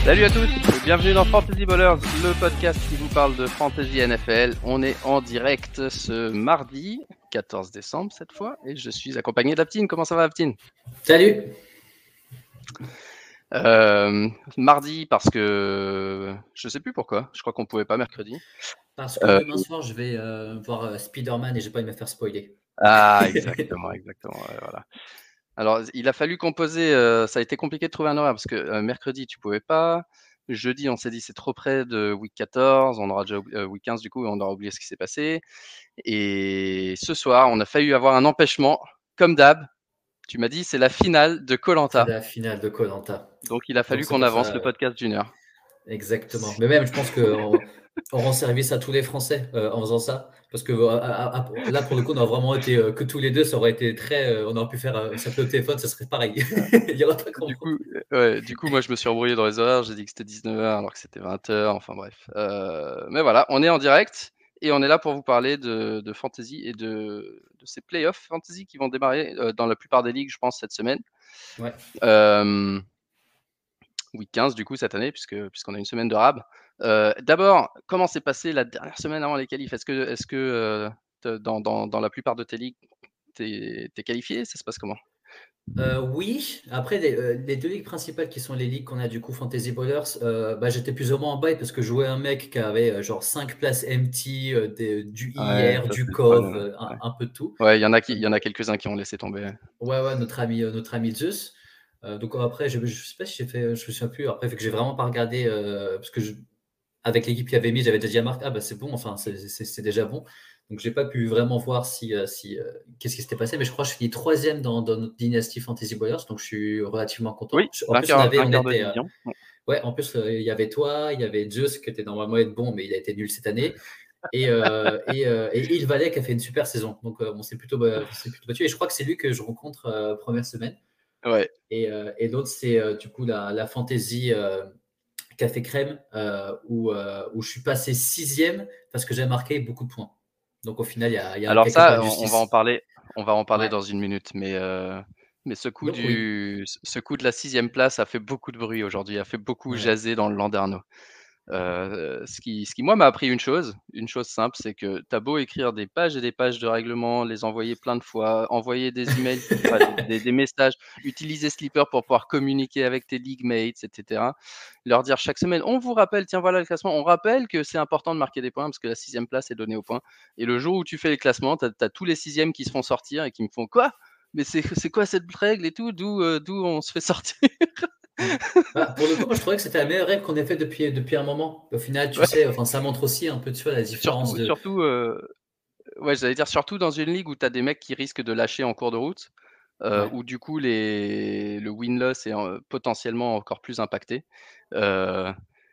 Salut à tous et bienvenue dans Fantasy Ballers, le podcast qui vous parle de Fantasy NFL. On est en direct ce mardi 14 décembre cette fois et je suis accompagné d'Aptine. Comment ça va Aptine? Salut. Mardi parce que je sais plus pourquoi, je crois qu'on pouvait pas mercredi. Parce que demain soir, je vais voir Spider-Man et j'ai pas envie de me faire spoiler. Exactement, voilà. Alors il a fallu composer, ça a été compliqué de trouver un horaire parce que mercredi tu pouvais pas. Jeudi, on s'est dit c'est trop près de week 14, on aura déjà week 15 du coup, et on aura oublié ce qui s'est passé. Et ce soir, on a failli avoir un empêchement, comme d'hab. Tu m'as dit c'est la finale de C'est Koh-Lanta. la finale de Koh-Lanta. Donc il a Donc fallu c'est qu'on pour avance le ça, podcast d'une heure. exactement. Mais même, je pense qu'on rend service à tous les Français en faisant ça. Parce que là, pour le coup, on a vraiment été que tous les deux, ça aurait été très. On aurait pu faire s'appeler au téléphone, ça serait pareil. Il n'y aurait pas grand monde. Du coup, moi je me suis embrouillé dans les horaires, j'ai dit que c'était 19h alors que c'était 20h, enfin bref. Mais voilà, on est en direct et on est là pour vous parler de fantasy et de ces playoffs fantasy qui vont démarrer dans la plupart des ligues, je pense, cette semaine. Ouais. Week 15 du coup cette année puisqu'on a une semaine de rab. D'abord, comment s'est passée la dernière semaine avant les qualifs? Est-ce que dans la plupart de tes ligues, t'es qualifié? Ça se passe comment? Oui, après les deux ligues principales qui sont les ligues qu'on a du coup Fantasy Ballers, j'étais plus ou moins en bail parce que je jouais un mec qui avait genre 5 places empty, du Ouais, IR, ça du c'est le COV, problème. un, Ouais, un peu de tout. ouais, Euh, il y en a quelques-uns qui ont laissé tomber. ouais, notre ami Zeus. Donc après, je sais pas si j'ai fait, je me souviens plus. Après, vu que j'ai vraiment pas regardé, parce que avec l'équipe qui avait mis, j'avais déjà dit à Marc, ah bah c'est bon, enfin c'est déjà bon. Donc j'ai pas pu vraiment voir si qu'est-ce qui s'était passé, mais je crois que je finis troisième dans notre dynastie Fantasy Ballers, donc je suis relativement content. Oui, En plus on vainqueur de était, division. Ouais. ouais, en plus il y avait toi, il y avait Zeus qui était normalement être bon, mais il a été nul cette année, et Il Valais qui a fait une super saison. Donc on s'est plutôt battu, et je crois que c'est lui que je rencontre première semaine. Ouais. Et l'autre c'est du coup la Fantasy. Café Crème, où je suis passé sixième parce que j'ai marqué beaucoup de points. Donc au final, il y a Alors quelque part ça, une justice. on va en parler Ouais. dans une minute, mais Donc oui. ce coup de la 6e place a fait beaucoup de bruit aujourd'hui, a fait beaucoup Ouais. jaser dans le Landerneau. Ce qui moi m'a appris une chose simple, c'est que tu as beau écrire des pages et des pages de règlements, les envoyer plein de fois, envoyer des emails, enfin des messages, utiliser Sleeper pour pouvoir communiquer avec tes league mates, etc. Leur dire chaque semaine, on vous rappelle, tiens voilà le classement, on rappelle que c'est important de marquer des points parce que la 6e place est donnée aux points. Et le jour où tu fais les classements, tu as tous les 6e qui se font sortir et qui me font quoi? Mais c'est quoi cette règle et tout? D'où on se fait sortir? Pour le coup, moi je trouvais que c'était la meilleure règle qu'on ait fait depuis un moment. Au final, tu Ouais, sais, enfin, ça montre aussi un peu, tu vois, la différence de. surtout ouais, j'allais dire surtout dans une ligue où tu as des mecs qui risquent de lâcher en cours de route, Ouais. où du coup le win-loss est potentiellement encore plus impacté. Euh,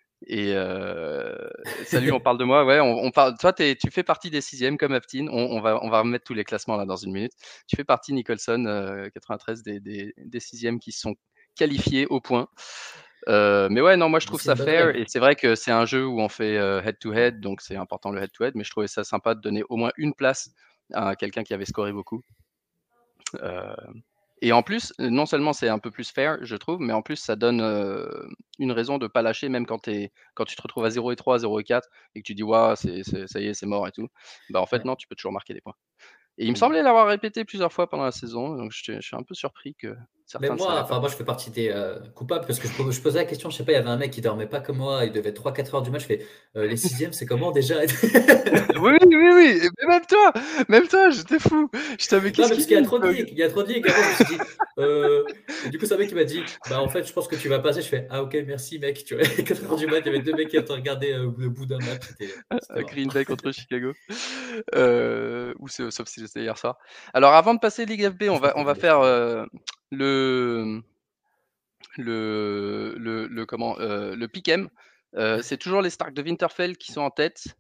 Salut, on parle de moi. Ouais, on parle. Toi, tu fais partie des 6e comme Aptine. On va remettre tous les classements là dans une minute. Tu fais partie, Nicholson, 93, des 6e qui se sont qualifiés au point. Mais ouais, non, moi je trouve C'est une ça bonne fair règle. et c'est vrai que c'est un jeu où on fait head-to-head, donc c'est important le head-to-head, mais je trouvais ça sympa de donner au moins une place à quelqu'un qui avait scoré beaucoup. Euh, et en plus, non seulement c'est un peu plus fair, je trouve, mais en plus ça donne une raison de pas lâcher, même quand tu te retrouves à 0-3, 0-4 et que tu dis waouh, ça y est, c'est mort et tout. Bah en fait Ouais. non, tu peux toujours marquer des points. Et il me Oui. semblait l'avoir répété plusieurs fois pendant la saison, donc je suis un peu surpris que Mais certains ne le moi, savaient pas. enfin, moi, je fais partie des coupables parce que je posais la question. Je sais pas, il y avait un mec qui dormait pas comme moi. Il devait être 3-4 heures du match. Je fais les sixièmes, c'est comment déjà? Oui, mais même toi, j'étais fou. Je t'avais Non, qu'est-ce mais parce qu'il qu'il y a dit? trop de ligues. Il y a trop de ligues. Après, je me suis dit. Et du coup, c'est un mec qui m'a dit, bah en fait, je pense que tu vas passer. Je fais, ah ok, merci mec. Tu vois, 4 heures du mat, il y avait deux mecs qui étaient regardé le bout d'un match. C'était marrant. Green Bay contre Chicago. Sauf si c'était hier soir. Alors avant de passer Ligue FB, Je pense que on c'était va hier faire soir. le le pick'em. C'est toujours les Stark de Winterfell qui sont en tête.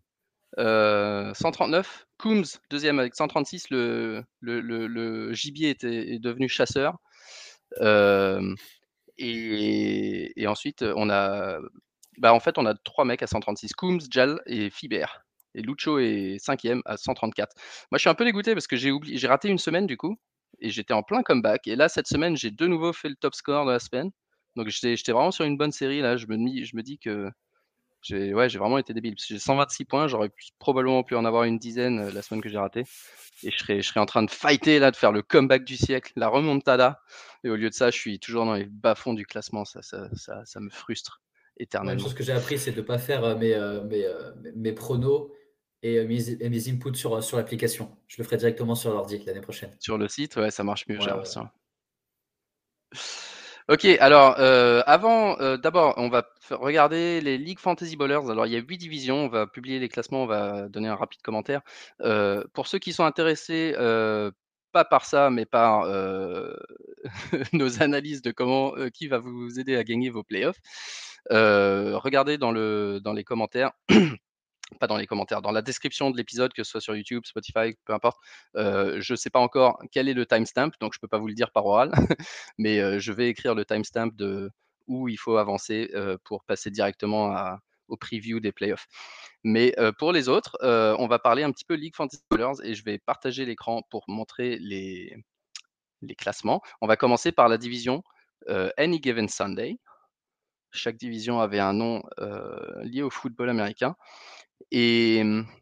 139. Coombs, deuxième avec 136. Le gibier est devenu chasseur. Euh, et ensuite, en fait, on a trois mecs à 136. Coombs, Jal et Fiber. Et Lucho est cinquième à 134. Moi, je suis un peu dégoûté parce que j'ai raté une semaine du coup. Et j'étais en plein comeback. Et là, cette semaine, j'ai de nouveau fait le top score de la semaine. Donc j'étais vraiment sur une bonne série là. Je me dis que j'ai vraiment été débile. Parce que j'ai 126 points, j'aurais probablement pu en avoir une dizaine la semaine que j'ai ratée. Et je serais en train de fighter là, de faire le comeback du siècle, la remontada. Et au lieu de ça, je suis toujours dans les bas-fonds du classement. Ça me frustre Moi, une éternellement. chose que j'ai appris, c'est de pas faire, mes pronos et mes inputs sur l'application. Je le ferai directement sur l'ordi l'année prochaine. Sur le site, ouais, ça marche mieux, Ouais, j'ai ouais, ouais. l'impression. OK, alors, avant, d'abord, on va regarder les League Fantasy Bowlers. Alors, il y a 8 divisions, on va publier les classements, on va donner un rapide commentaire. Pour ceux qui sont intéressés, pas par ça, mais par, nos analyses de comment, qui va vous aider à gagner vos playoffs, regardez dans les commentaires, pas dans les commentaires, dans la description de l'épisode, que ce soit sur YouTube, Spotify, peu importe. Je ne sais pas encore quel est le timestamp, donc je ne peux pas vous le dire par oral, mais je vais écrire le timestamp de où il faut avancer pour passer directement au preview des playoffs. Mais pour les autres, on va parler un petit peu League Fantasy Bowlers et je vais partager l'écran pour montrer les classements. On va commencer par la division Any Given Sunday. Chaque division avait un nom lié au football américain. Et,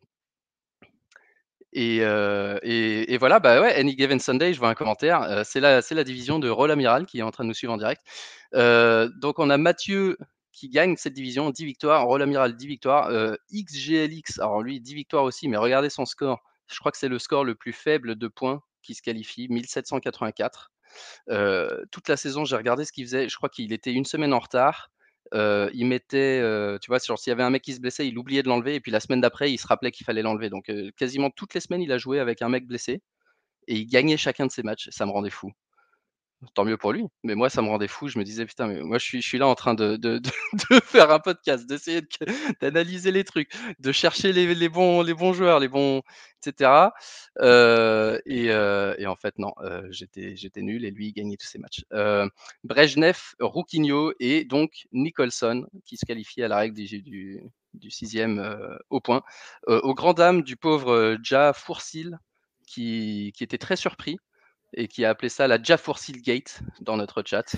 et voilà, bah ouais, Any Given Sunday, je vois un commentaire. C'est la division de Roll Amiral qui est en train de nous suivre en direct. Donc on a Mathieu qui gagne cette division, 10 victoires, Roll Amiral 10 victoires, XGLX, alors lui 10 victoires aussi, mais regardez son score. Je crois que c'est le score le plus faible de points qui se qualifie, 1784. Toute la saison, j'ai regardé ce qu'il faisait. Je crois qu'il était une semaine en retard. Il mettait, tu vois, s'il y avait un mec qui se blessait, il oubliait de l'enlever et puis la semaine d'après, il se rappelait qu'il fallait l'enlever. Donc, quasiment toutes les semaines, il a joué avec un mec blessé et il gagnait chacun de ses matchs. Ça me rendait fou. Tant mieux pour lui, mais moi, ça me rendait fou. Je me disais: «Putain, mais moi, je suis là en train de de faire un podcast, d'essayer d'analyser les trucs, de chercher les bons joueurs, les bons et cetera». Et en fait, non, j'étais nul et lui, il gagnait tous ses matchs. Brejnev, Rouquinho et donc Nicholson qui se qualifie à la règle du 6e, au point. Aux grandes dames du pauvre, Ja Foursil qui était très surpris et qui a appelé ça la Jafoursil Gate dans notre chat.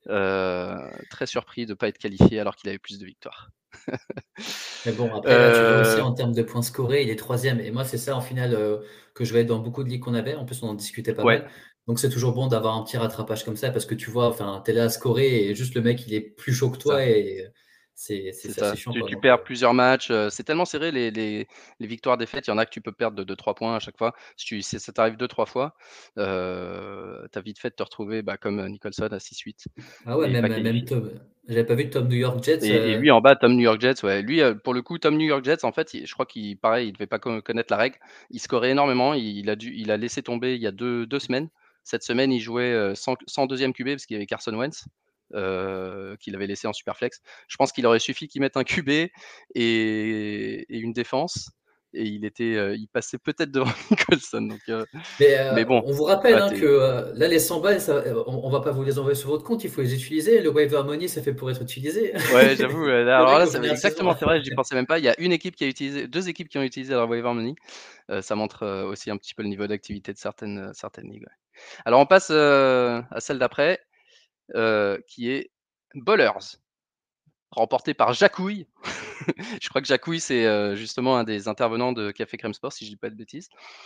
Très surpris de ne pas être qualifié alors qu'il avait plus de victoires. Mais bon, après, là, tu vois aussi Euh, en termes de points scorés, il est troisième. Et moi, c'est ça, en finale, que je voyais dans beaucoup de ligues qu'on avait. En plus, on en discutait pas ouais, mal. Donc, c'est toujours bon d'avoir un petit rattrapage comme ça parce que tu vois, enfin, t'es là à scorer et juste le mec, il est plus chaud que c'est ça. toi et C'est c'est assez ça. chiant, Tu, quoi. tu Donc, perds plusieurs matchs. C'est tellement serré les victoires-défaites. Il y en a que tu peux perdre de 3 points à chaque fois. Si ça t'arrive 2-3 fois, t'as vite fait de te retrouver comme Nicholson à 6-8 ah ouais, et pas même qualifié. Tom. J'avais pas vu Tom New York Jets. Et lui en bas, Tom New York Jets, ouais. Lui, pour le coup, Tom New York Jets, en fait, je crois qu'il pareil, il devait pas connaître la règle. Il scorait énormément. Il a laissé tomber il y a deux semaines. Cette semaine, il jouait sans deuxième QB parce qu'il y avait Carson Wentz qu'il avait laissé en superflex. Je pense qu'il aurait suffi qu'il mette un QB et une défense et il passait peut-être devant Nicholson. Donc, Mais mais bon, on vous rappelle ouais, hein, que là, les 100 balles, on va pas vous les envoyer sur votre compte, il faut les utiliser. Le waiver money, c'est fait pour être utilisé. ouais, j'avoue. C'est Alors vrai là, qu'au final de saison. exactement, c'est vrai, j'y pensais même pas. Il y a une équipe qui a utilisé, deux équipes qui ont utilisé leur waiver money. Ça montre aussi un petit peu le niveau d'activité de certaines ligues. Ouais. Alors on passe à celle d'après, qui est Bowlers, remportée par Jacouille. Je crois que Jacouille, c'est justement un des intervenants de Café Crème Sport, si je dis pas de bêtises.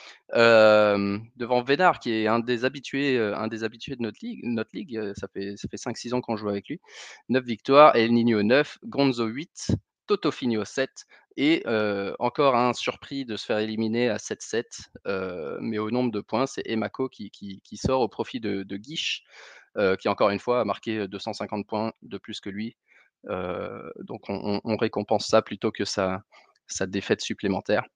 Devant Vénard, qui est un des habitués de notre ligue. Ça fait 5-6 ans qu'on joue avec lui. 9 victoires, El Niño 9, Gonzo 8, Totofinho 7 et encore un surpris de se faire éliminer à 7-7. Mais au nombre de points, c'est Emako qui sort au profit de Guiche, qui encore une fois a marqué 250 points de plus que lui. Donc on récompense ça plutôt que sa défaite supplémentaire.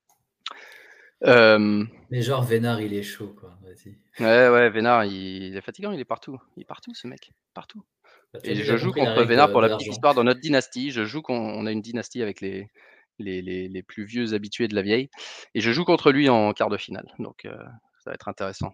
Mais genre, Vénard, il est chaud, quoi. Vas-y. Ouais, ouais, Vénard, il est fatigant, il est partout. Il est partout ce mec, partout. Bah, tu vois, Et lui, il a je joue compris la contre règle Vénard pour de la petite l'argent. histoire dans notre dynastie. On a une dynastie avec les plus vieux habitués de la vieille. Et je joue contre lui en quart de finale. Donc ça va être intéressant.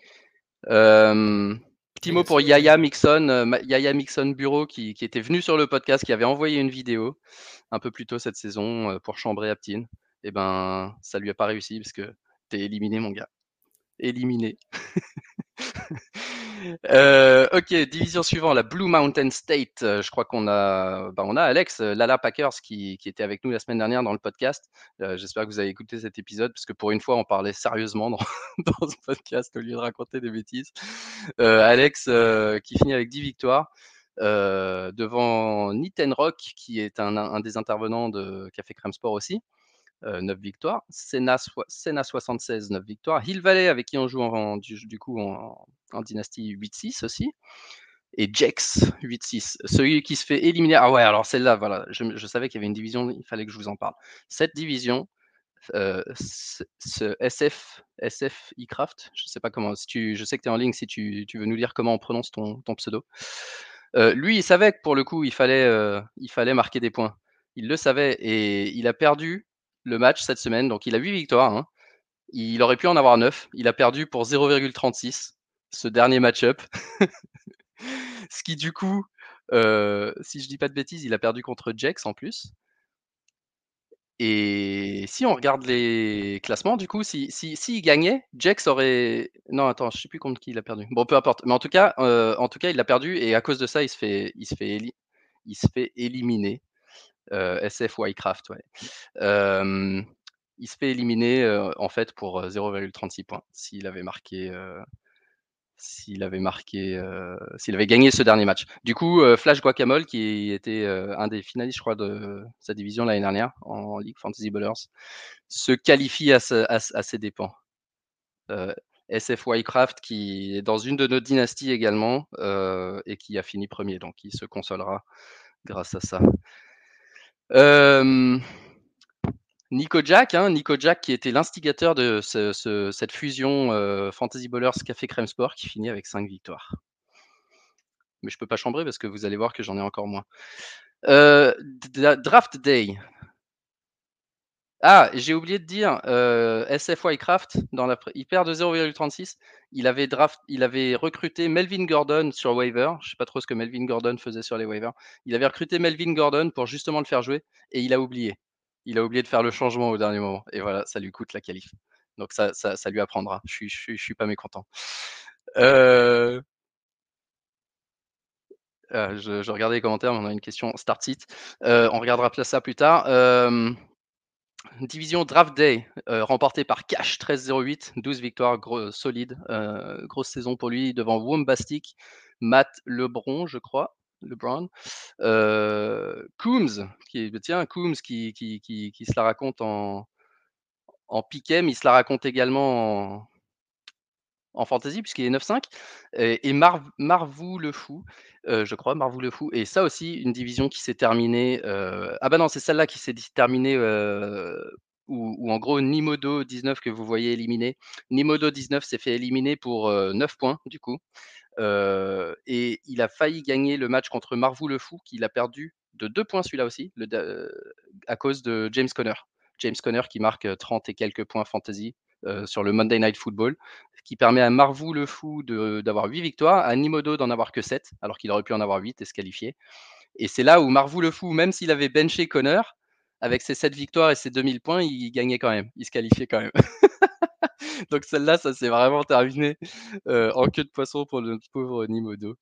Petit Ah, mot yes, pour yes, Yaya yes. Mixon, Yaya Mixon Bureau qui était venu sur le podcast, qui avait envoyé une vidéo un peu plus tôt cette saison pour chambrer Aptine. Et ben, ça lui a pas réussi parce que t'es éliminé, mon gars. Éliminé. Ok, division suivante, la Blue Mountain State. Je crois on a Alex, Lala Packers, qui était avec nous la semaine dernière dans le podcast. J'espère que vous avez écouté cet épisode, parce que pour une fois, on parlait sérieusement dans, dans ce podcast au lieu de raconter des bêtises. Alex, qui finit avec 10 victoires. Devant Niten Rock, qui est un des intervenants de Café Crème Sport aussi, 9 victoires. Senna 76, 9 victoires. Hill Valley, avec qui on joue du coup en dynastie 8-6 aussi. Et Jex 8-6, celui qui se fait éliminer. Ah ouais, alors celle-là, voilà, je savais qu'il y avait une division, il fallait que je vous en parle. Cette division, ce SF eCraft, je sais pas comment, je sais que tu es en ligne, si tu veux nous dire comment on prononce ton pseudo. Lui, il savait que pour le coup, il fallait marquer des points. Il le savait et il a perdu le match cette semaine, donc il a 8 victoires, hein. Il aurait pu en avoir 9. Il a perdu pour 0,36 ce dernier match-up. Ce qui du coup, si je dis pas de bêtises, il a perdu contre Jex en plus. Et si on regarde les classements, du coup, s'il gagnait, Jex aurait. Non, attends, je sais plus contre qui il a perdu. Bon, peu importe. Mais en tout cas, il a perdu et à cause de ça, il se fait éliminer. SF Ycraft, ouais. Il se fait éliminer en fait pour 0,36 points s'il avait gagné ce dernier match. Du coup, Flash Guacamole, qui était un des finalistes, je crois, de sa division l'année dernière en League Fantasy Bowlers, se qualifie à ses dépens. SFY Craft, qui est dans une de nos dynasties également, et qui a fini premier, donc il se consolera grâce à ça. Nico Jack, qui était l'instigateur de cette fusion Fantasy Bowlers Café Crème Sport, qui finit avec 5 victoires. Mais je peux pas chambrer parce que vous allez voir que j'en ai encore moins. Draft Day. Ah, j'ai oublié de dire, SFY Craft, il perd de 0,36. Il avait recruté Melvin Gordon sur waiver. Je sais pas trop ce que Melvin Gordon faisait sur les waivers. Il avait recruté Melvin Gordon pour justement le faire jouer et il a oublié. Il a oublié de faire le changement au dernier moment. Et voilà, ça lui coûte la qualif. Donc ça lui apprendra. Je suis pas mécontent. Je regardais les commentaires, mais on a une question start sit. On regardera ça plus tard. Division Draft Day, remportée par Cash 13-08, 12 victoires solides. Grosse saison pour lui devant Wombastic, Matt Lebron, je crois. LeBron. Coombs, Coombs qui se la raconte en pick-em, il se la raconte également en fantasy puisqu'il est 9-5 et Marvou le Fou, je crois, Marvou le Fou, et ça aussi une division qui s'est terminée, ah bah non, c'est celle-là qui s'est terminée, où en gros Nimodo 19 que vous voyez éliminé, Nimodo 19 s'est fait éliminer pour 9 points du coup, et il a failli gagner le match contre Marvou le Fou, qu'il a perdu de 2 points celui-là aussi, à cause de James Conner. James Conner qui marque 30 et quelques points fantasy sur le Monday Night Football, qui permet à Marvou le Fou d'avoir 8 victoires, à Nimodo d'en avoir que 7, alors qu'il aurait pu en avoir 8 et se qualifier. Et c'est là où Marvou le Fou, même s'il avait benché Conner, avec ses 7 victoires et ses 2000 points, il gagnait quand même, il se qualifiait quand même. Donc celle-là, ça s'est vraiment terminé en queue de poisson pour notre pauvre Nimodo.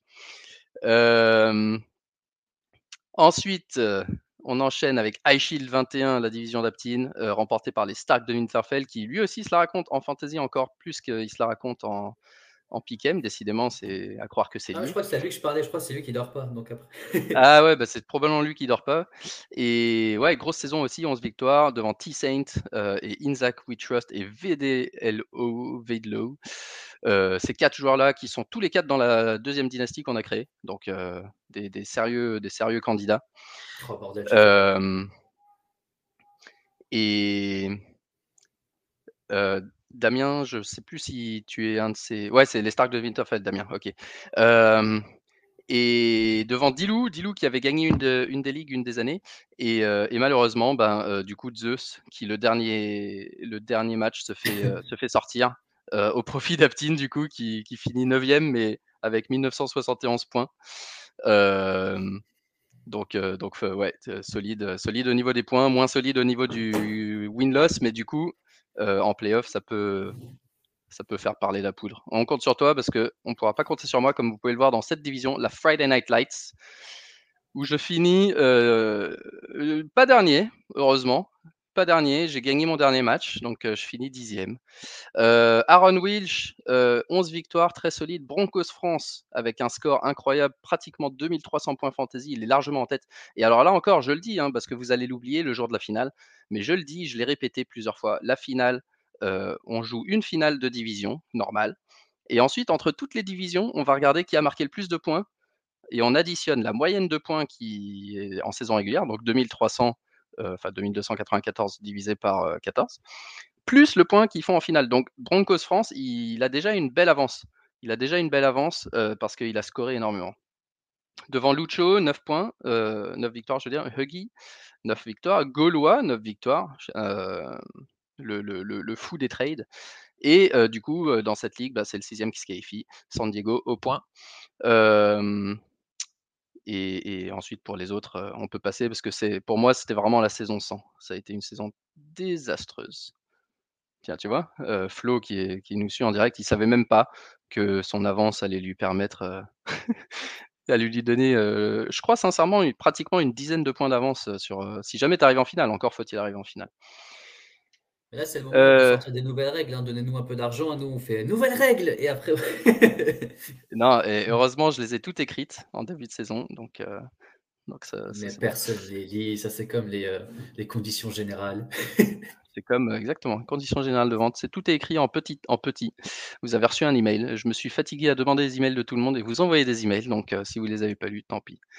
Ensuite, on enchaîne avec iShield 21, la division d'Aptine, remportée par les Stark de Winterfell, qui lui aussi se la raconte en fantasy encore plus qu'il se la raconte en pick-em. Décidément, c'est à croire que c'est Ah, je lui. crois que c'est à lui que je parlais, je crois que c'est lui qui dort pas, donc après. Ah ouais, bah c'est probablement lui qui dort pas. Et ouais, grosse saison aussi, 11 victoires devant T-Saint et Inzak We Trust et VDLO, Vedlo. Ces 4 joueurs-là qui sont tous les 4 dans la deuxième dynastie qu'on a créée. Donc des sérieux candidats. Oh bordel, j'ai fait peur. Et Damien, je sais plus si tu es un de ces. Ouais, c'est les Stark de Winterfell, Damien. Ok. Et devant Dilou qui avait gagné une des ligues une des années, et malheureusement, du coup Zeus qui le dernier match se fait sortir au profit d'Aptine du coup qui finit 9e mais avec 1971 points. Donc ouais, solide au niveau des points, moins solide au niveau du win-loss, mais du coup en playoff ça peut ça peut faire parler la poudre. On compte sur toi parce qu'on ne pourra pas compter sur moi, comme vous pouvez le voir dans cette division, la Friday Night Lights, où je finis pas dernier, heureusement. Pas dernier, j'ai gagné mon dernier match, donc je finis 10e. Aaron Wilsh, 11 victoires, très solide. Broncos France, avec un score incroyable, pratiquement 2300 points fantasy, il est largement en tête. Et alors là encore, je le dis, parce que vous allez l'oublier le jour de la finale, mais je le dis, je l'ai répété plusieurs fois, la finale, on joue une finale de division, normale. Et ensuite, entre toutes les divisions, on va regarder qui a marqué le plus de points et on additionne la moyenne de points qui est en saison régulière, donc 2300, enfin 2294 divisé par 14, plus le point qu'ils font en finale. Donc Broncos France, il a déjà une belle avance. Il a déjà une belle avance parce qu'il a scoré énormément. Devant Lucho, 9 points, 9 victoires, je veux dire. Huggy, 9 victoires. Gaulois, 9 victoires. Le fou des trades. Et du coup, dans cette ligue, c'est le 6e qui se qualifie. San Diego au point. Et ensuite, pour les autres, on peut passer parce que pour moi, c'était vraiment la saison 100. Ça a été une saison désastreuse. Tiens, tu vois, Flo qui nous suit en direct, il savait même pas que son avance allait lui permettre, allait lui donner, je crois sincèrement pratiquement une dizaine de points d'avance, sur, si jamais tu arrives en finale, encore faut-il arriver en finale. Mais là, c'est le moment de sortir des nouvelles règles, hein. Donnez-nous un peu d'argent, nous on fait nouvelles règles et après. Non, et heureusement, je les ai toutes écrites en début de saison, donc ça Mais c'est bon. personne les lit, ça c'est comme les conditions générales. C'est comme exactement, conditions générales de vente, tout est écrit en petit. Vous avez reçu un email. Je me suis fatigué à demander des emails de tout le monde et vous envoyez des emails, donc si vous les avez pas lus, tant pis.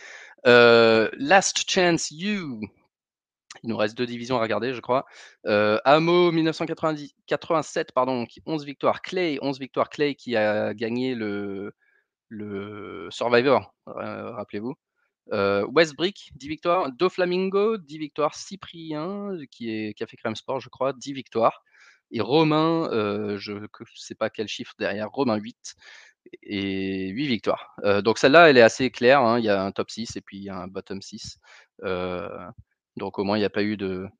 Last Chance You. Il nous reste 2 divisions à regarder, je crois. Amo 1987, pardon, 11 victoires. Clay, 11 victoires. Clay qui a gagné le Survivor, rappelez-vous. Westbrick, 10 victoires. Doflamingo, 10 victoires. Cyprien, qui a fait Crème Sport, je crois, 10 victoires. Et Romain, je ne sais pas quel chiffre derrière, Romain 8 et 8 victoires. Donc celle-là, elle est assez claire. Il y a un top 6 et puis il y a un bottom 6. Donc au moins, il n'y a pas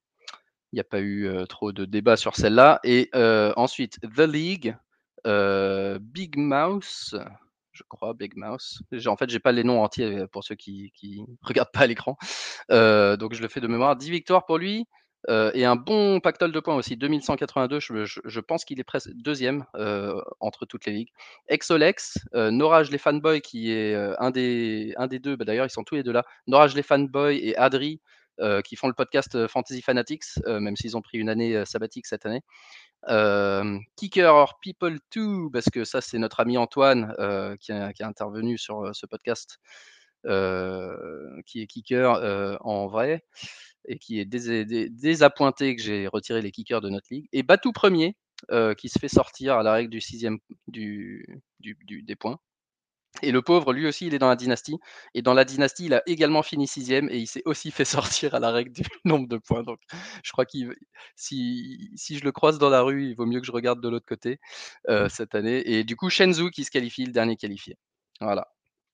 eu trop de débat sur celle-là. Et ensuite, The League, Big Mouse, je crois, Big Mouse. En fait, j'ai pas les noms entiers pour ceux qui regardent pas à l'écran. Donc je le fais de mémoire. 10 victoires pour lui. Et un bon pactole de points aussi, 2182. Je pense qu'il est presque deuxième entre toutes les ligues. Exolex, Norage les fanboys qui est un des deux. D'ailleurs, ils sont tous les deux là. Norage les fanboys et Adri qui font le podcast Fantasy Fanatics, même s'ils ont pris une année sabbatique cette année. Kicker or People 2, parce que ça, c'est notre ami Antoine qui a intervenu sur ce podcast, qui est kicker en vrai et qui est désappointé que j'ai retiré les kickers de notre ligue. Et Batou premier, qui se fait sortir à la règle du 6e des points. Et le pauvre, lui aussi, il est dans la dynastie. Et dans la dynastie, il a également fini 6e et il s'est aussi fait sortir à la règle du nombre de points. Donc, je crois si je le croise dans la rue, il vaut mieux que je regarde de l'autre côté cette année. Et du coup, Shenzhou qui se qualifie, le dernier qualifié. Voilà.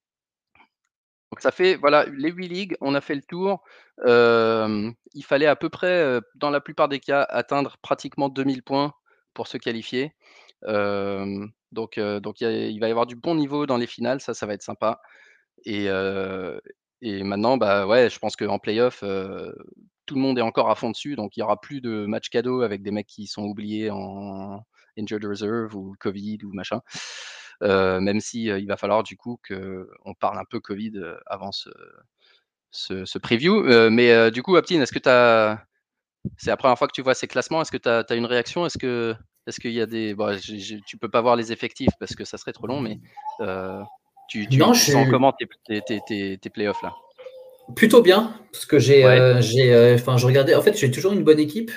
Donc ça fait, voilà, les 8 ligues, on a fait le tour. Il fallait à peu près, dans la plupart des cas, atteindre pratiquement 2000 points pour se qualifier. Donc il va y avoir du bon niveau dans les finales, ça va être sympa. Et maintenant, ouais, je pense qu'en playoff, tout le monde est encore à fond dessus, donc il y aura plus de matchs cadeaux avec des mecs qui sont oubliés en injured reserve ou covid ou machin. Même si, il va falloir du coup qu'on parle un peu covid, avant ce preview. Mais du coup, Aptine, est-ce que c'est la première fois que tu vois ces classements? Est-ce que tu as une réaction? Est-ce qu'il y a des bon, tu peux pas voir les effectifs parce que ça serait trop long, mais Non, tu sens comment tes playoffs là? plutôt bien, parce que Ouais, enfin, je regardais. En fait, j'ai toujours une bonne équipe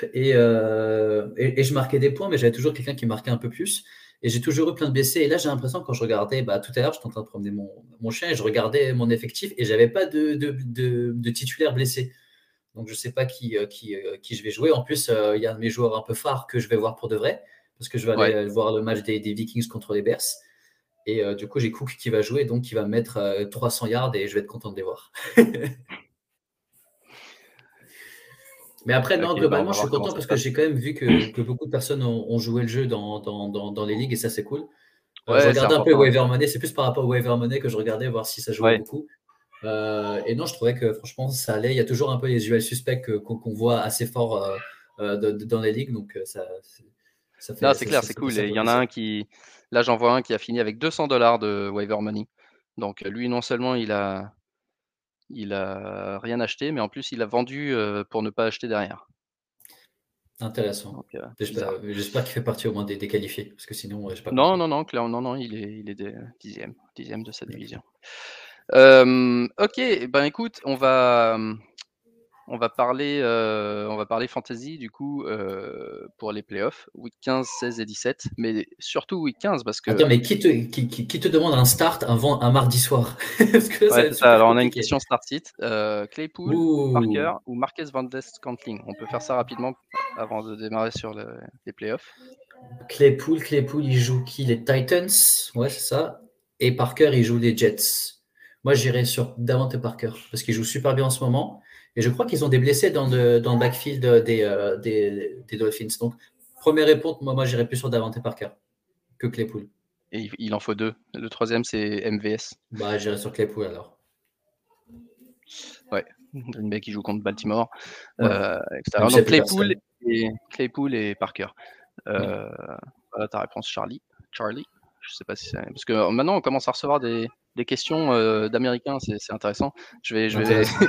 et je marquais des points, mais j'avais toujours quelqu'un qui marquait un peu plus. Et j'ai toujours eu plein de blessés. Et là, j'ai l'impression, quand je regardais, tout à l'heure, j'étais en train de promener mon chien et je regardais mon effectif et j'avais pas de titulaire blessé. Donc, je sais pas qui je vais jouer. En plus, il y a un de mes joueurs un peu phares que je vais voir pour de vrai, parce que je vais aller ouais. voir le match des Vikings contre les Bears. Et du coup, j'ai Cook qui va jouer, donc qui va me mettre 300 yards et je vais être content de les voir. Mais après, non, OK, bah, on globalement, va je suis voir comment content ça se parce que passe. j'ai quand même vu que beaucoup de personnes ont joué le jeu dans les ligues et ça, c'est cool. Je Ouais, c'est regardais un peu important, ouais. Waiver Money, c'est plus par rapport au Waiver Money que je regardais voir si ça jouait Ouais. beaucoup. Et non, je trouvais que franchement, ça allait. Il y a toujours un peu les UL suspects qu'on voit assez fort dans les ligues, donc ça Non, fait, c'est clair, c'est fait cool ça et il fait y en a plaisir. un qui là, j'en vois un qui a fini avec 200 $ de waiver money. Donc, lui, non seulement il a rien acheté, mais en plus il a vendu, pour ne pas acheter derrière. Intéressant. Donc, bizarre. J'espère qu'il fait partie au moins des qualifiés, parce que sinon, j'ai pas Non, compris. non, non, clairement, non, non, il est des 10e de sa division. OK, ben, écoute, on va parler fantasy du coup, pour les playoffs, week 15, 16 et 17, mais surtout week 15 parce que Attends, mais qui te demande un start un mardi soir? Parce que là, ça ouais, va être c'est ça. super Alors on a une compliqué. question start sit, Claypool, Ouh! Parker ou Marquez Valdez-Scantling? On peut faire ça rapidement avant de démarrer sur les playoffs. Claypool, il joue qui? Les Titans? Ouais, c'est ça. Et Parker, il joue les Jets. Moi, j'irais sur Davante Parker parce qu'il joue super bien en ce moment. Et je crois qu'ils ont des blessés dans le backfield des Dolphins. Donc, première réponse, moi j'irais plus sur Davante Parker que Claypool. Et il en faut 2. Le troisième c'est MVS. Bah, j'irais sur Claypool alors. Ouais, Green Bay qui joue contre Baltimore, Ouais, et même cetera. s'il n'y Donc a plus personne. Claypool et Parker. Ouais. Voilà ta réponse Charlie? Je sais pas si c'est parce que maintenant on commence à recevoir des questions, d'américains, c'est intéressant. Je vais Intéressant.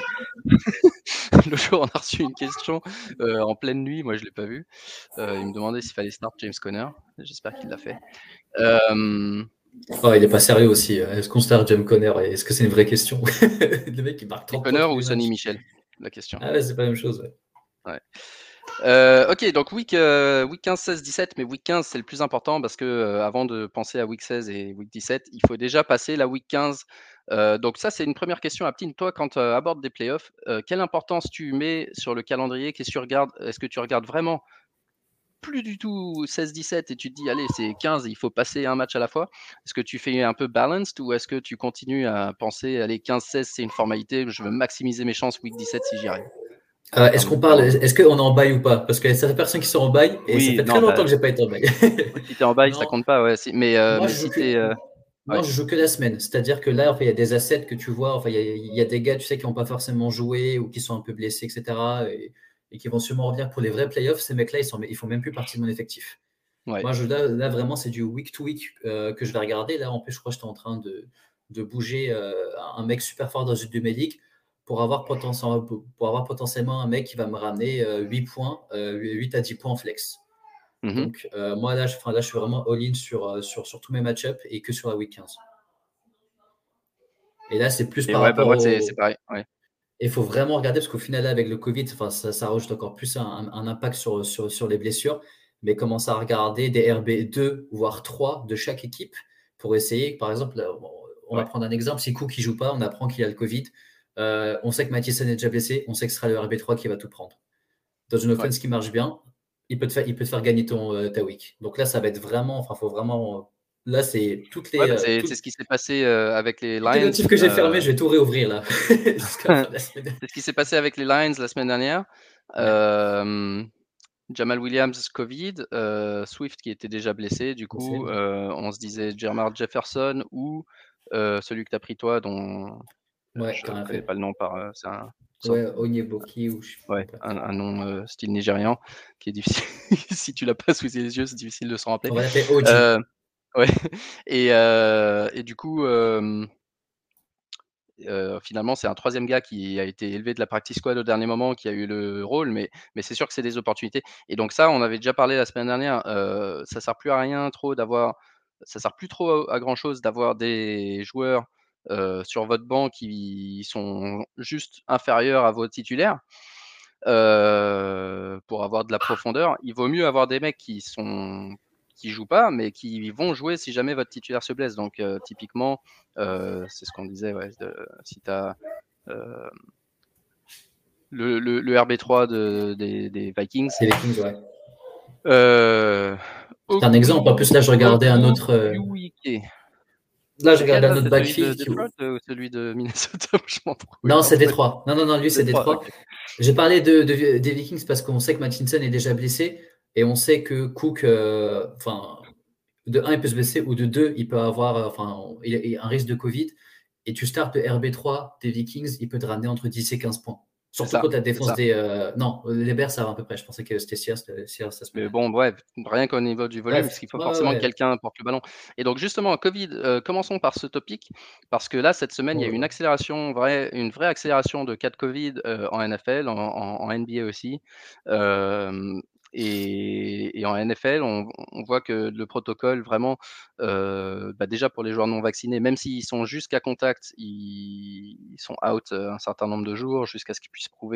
Le jour, on a reçu une question, en pleine nuit, moi je l'ai pas vue. Il me demandait s'il fallait start James Conner. J'espère qu'il l'a fait. Hem, Oh, il est pas sérieux aussi. Est-ce qu'on start James Conner? Est-ce que c'est une vraie question? Le mec, il marque c'est 30 points Conner tous ou les Sonny matchs. Michel? La question. Ah ouais, c'est pas la même chose. Ouais. Ouais. OK, donc week 15, 16, 17, mais week 15 c'est le plus important parce que, avant de penser à week 16 et week 17, il faut déjà passer la week 15. Donc ça, c'est une première question, Aptine. Toi, quand tu abordes des playoffs, quelle importance tu mets sur le calendrier? Qu'est-ce que tu regardes? Est-ce que tu regardes vraiment plus du tout 16-17 et tu te dis: «Allez, c'est 15, il faut passer un match à la fois»? Est-ce que tu fais un peu balanced ou est-ce que tu continues à penser: «Allez, 15-16, c'est une formalité, je veux maximiser mes chances week 17 si j'y arrive», en Est-ce termes de qu'on parle, calendrier? est-ce qu'on est en bail ou pas? Parce qu'il y a certaines personnes qui sont en bail et ça Oui, fait très non, longtemps que j'ai pas été en bail. si tu es en bail, ça Non, compte pas, ouais, mais moi mais je joue si que, tu es, moi ouais. je joue que la semaine. C'est-à-dire que là, enfin, il y a des assets que tu vois, enfin, il y a des gars, tu sais, qui n'ont pas forcément joué ou qui sont un peu blessés, etc. Et qui vont sûrement revenir pour les vrais playoffs. Ces mecs-là, ils font même plus partie de mon effectif. Ouais. Moi, là, vraiment, c'est du week to week que je vais regarder. Là, en plus, je crois que j'étais en train de bouger un mec super fort dans une de mes ligues pour avoir potentiellement un mec qui va me ramener 8 points, 8 à 10 points en flex. Mmh. Donc, moi, là, je suis vraiment all-in sur tous mes match-ups et que sur la week 15. Et là, c'est plus Et par ouais, bah, rapport moi, c'est au. pareil, ouais. Il faut vraiment regarder parce qu'au final, là, avec le Covid, enfin, ça rajoute encore plus un impact sur les blessures. Mais commencer à regarder des RB2, voire 3 de chaque équipe pour essayer. Par exemple, on va Ouais, prendre un exemple. Si Cook ne joue pas, on apprend qu'il a le Covid. On sait que Mathisen est déjà blessé. On sait que ce sera le RB3 qui va tout prendre. Dans une ouais. offense qui marche bien, il peut te faire gagner ta week. Donc là, ça va être vraiment. Enfin, faut vraiment. Là, c'est Ouais, bah, c'est ce qui s'est passé, avec les toutes les Lions, notifs que j'ai fermés, je vais tout réouvrir là jusqu'à la fin de la semaine. c'est ce qui s'est passé avec les Lions la semaine dernière. Ouais, Hem, Jamal Williams, Covid, Swift qui était déjà blessé. Du je sais, coup, ouais. on se disait Jermar Jefferson ou celui que tu as pris toi dont Ouais, je t'as rien connais fait. pas le nom c'est un sorte Ouais, Onyeboki ou je sais ouais, pas. un nom, style nigérian qui est difficile si tu l'as pas sous les yeux, c'est difficile de s'en rappeler. On va l'appeler OG. Heu, ouais et du coup, finalement, c'est un troisième gars qui a été élevé de la practice squad au dernier moment, qui a eu le rôle, mais c'est sûr que c'est des opportunités et donc ça, on avait déjà parlé la semaine dernière, ça sert plus trop à grand chose d'avoir des joueurs, sur votre banc qui sont juste inférieurs à vos titulaires, pour avoir de la profondeur. Il vaut mieux avoir des mecs qui jouent pas, mais qui vont jouer si jamais votre titulaire se blesse. Donc, typiquement, c'est ce qu'on disait, ouais, si tu as le RB3 des Vikings, C'est les Kings, ouais. euh, C'est un exemple. En plus, là, je regardais un autre. Okuwuike. Là, je regarde Lequel un là? autre C'est celui de backfield qui. Detroit ou celui de Minnesota? Je m'en trouve Non, en c'est fait. Détroit. Non, non, non, lui, c'est Detroit, Détroit. OK. J'ai parlé des Vikings parce qu'on sait que Mattinson est déjà blessé et on sait que Cook, enfin, de un, il peut se blesser ou de deux, il peut avoir, enfin, il y a un risque de Covid. Et tu startes le RB3 des Vikings, il peut te ramener entre 10 et 15 points. C'est Surtout ça, contre la c'est défense ça. des. Non, les Bears, ça va à peu près. Je pensais que c'était Sears la semaine Mais dernière. bon, bref, rien qu'au niveau du volume, Bref, parce qu'il faut ouais, ouais, forcément que ouais. quelqu'un porte le ballon. Et donc justement, Covid, commençons par ce topic, parce que là, cette semaine, il y Oh a eu là une là. accélération une vraie accélération de cas de Covid, en NFL, en NBA aussi. Hem et en NFL, on voit que le protocole vraiment, bah, déjà pour les joueurs non vaccinés, même s'ils sont juste cas contact, ils sont out, un certain nombre de jours jusqu'à ce qu'ils puissent prouver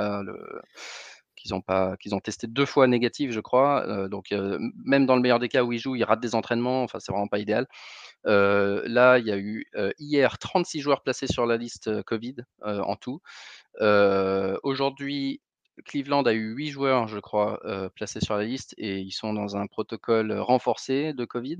qu'ils ont testé 2 fois négatif, je crois, donc même dans le meilleur des cas où ils jouent, ils ratent des entraînements, enfin, c'est vraiment pas idéal. Là, il y a eu, hier 36 joueurs placés sur la liste, covid, en tout. Aujourd'hui, Cleveland a eu 8 joueurs, je crois, placés sur la liste et ils sont dans un protocole, renforcé de covid,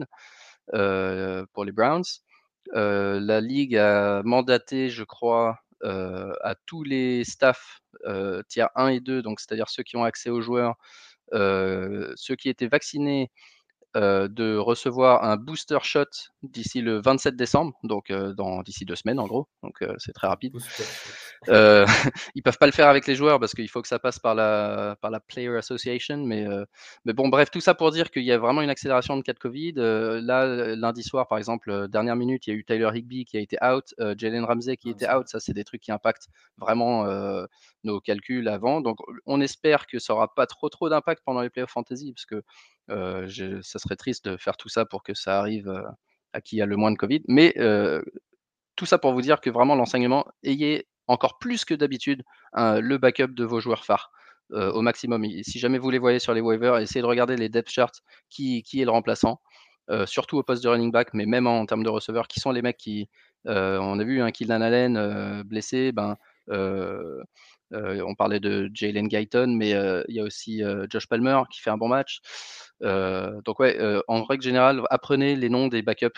pour les Browns. La ligue a mandaté, je crois, à tous les staffs, tiers 1 et 2, donc c'est-à-dire ceux qui ont accès aux joueurs, ceux qui étaient vaccinés, de recevoir un booster shot d'ici le 27 décembre, donc d'ici 2 semaines en gros, donc c'est très rapide. Booster shot. Heu, Ils peuvent pas le faire avec les joueurs parce qu'il faut que ça passe par la Player Association, mais bon, bref, tout ça pour dire qu'il y a vraiment une accélération de cas de Covid. Là, lundi soir, par exemple, dernière minute, il y a eu Tyler Higbee qui a été out, Jalen Ramsey qui était out. Ça, c'est des trucs qui impactent vraiment, nos calculs avant. Donc on espère que ça aura pas trop d'impact pendant les playoffs fantasy parce que, je ça serait triste de faire tout ça pour que ça arrive, à qui a le moins de Covid. Mais, tout ça pour vous dire que vraiment l'enseignement, ayez encore plus que d'habitude le backup de vos joueurs phares, au maximum. Et si jamais vous les voyez sur les waivers, essayez de regarder les depth charts, qui est le remplaçant, surtout au poste de running back, mais même en termes de receveurs, qui sont les mecs qui, on a vu, hein, Keenan Allen, blessé, ben, heu on parlait de Jalen Guyton, mais il y a aussi, Josh Palmer qui fait un bon match. Donc ouais, en règle générale, apprenez les noms des backups,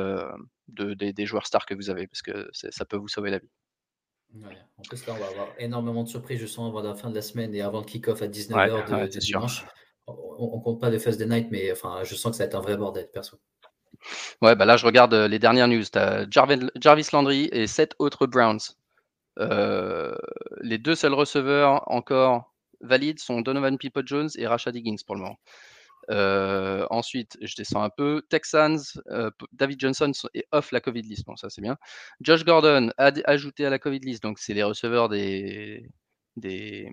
des joueurs stars que vous avez parce que ça peut vous sauver la vie. Ouais. En plus, là, on va avoir énormément de surprises, je sens, avant la fin de la semaine et avant le kick-off à 19 Ouais, heures ouais, de c'est sûr. dimanche. On compte pas le Thursday night, mais enfin, je sens que ça va être un vrai bordel, perso. Ouais, bah là, je regarde, les dernières news. Tu as Jarvis Landry et 7 autres Browns. Heu, les 2 seuls receveurs encore valides sont Donovan Peoples-Jones et Rashad Higgins pour le moment. Ensuite, je descends un peu. Texans, David Johnson est off la covid list, bon ça c'est bien. Josh Gordon ajouté à la covid list, donc c'est les receveurs des,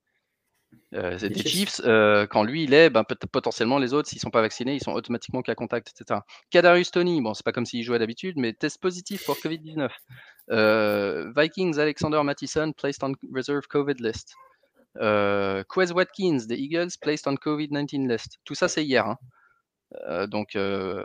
c'est Les des Chiefs? Chiefs. Quand lui il est, ben, potentiellement les autres s'ils sont pas vaccinés, ils sont automatiquement cas contact et cetera. Kadarius Toney, bon c'est pas comme s'il jouait d'habitude, mais test positif pour Covid-19. Vikings, Alexander Mattison placed on reserve COVID list. Quez Watkins des Eagles placed on COVID-19 list. Tout ça c'est hier, hein. Donc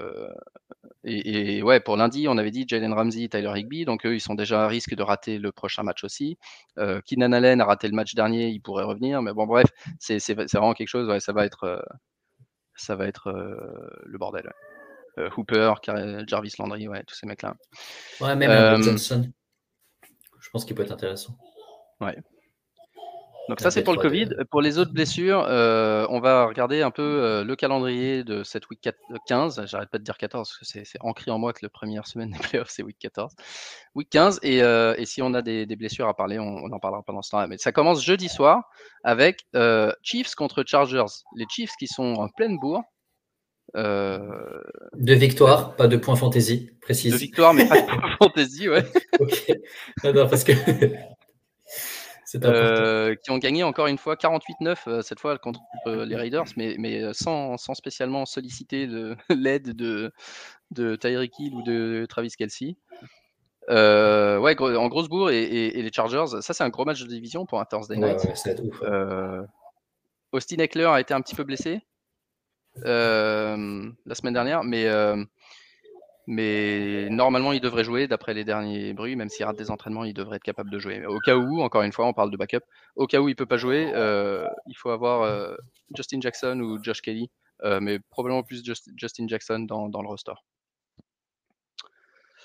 ouais, pour lundi, on avait dit Jalen Ramsey, Tyler Higbee, donc eux, ils sont déjà à risque de rater le prochain match aussi. Keenan Allen a raté le match dernier, il pourrait revenir, mais bon, bref, c'est vraiment quelque chose, ouais, ça va être le bordel. Ouais. Hooper, Jarvis Landry, ouais, tous ces mecs-là. Ouais, même Euh, Johnson, je pense qu'il peut être intéressant. ouais. Donc ça, c'est pour le RB3 Covid. de. Pour les autres blessures, on va regarder un peu, le calendrier de cette week 15. J'arrête pas de dire 14 parce que c'est ancré en moi que la première semaine des playoffs, c'est week 14. Week 15 et si on a des blessures à parler, on en parlera pendant ce temps-là. Mais ça commence jeudi soir avec, Chiefs contre Chargers. Les Chiefs qui sont en pleine bourre, heu, 2 bah, victoires, pas de points fantasy, 2 précise. victoires mais pas de points fantasy, ouais. OK. Non, non, parce que c'est important. Qui ont gagné encore une fois 48-9, cette fois contre les Raiders, mais sans spécialement solliciter l'aide de Tyreek Hill ou de Travis Kelce. Ouais, en grosse bourre et les Chargers, ça c'est un gros match de division pour un Thursday Ouais, night. ouais, ça va être ouf, ouais. Austin Eckler a été un petit peu blessé la semaine dernière, mais normalement il devrait jouer d'après les derniers bruits, même s'il rate des entraînements, il devrait être capable de jouer. Au cas où, encore une fois, on parle de backup, au cas où il peut pas jouer, il faut avoir Justin Jackson ou Josh Kelly, mais probablement plus Justin Jackson dans le roster.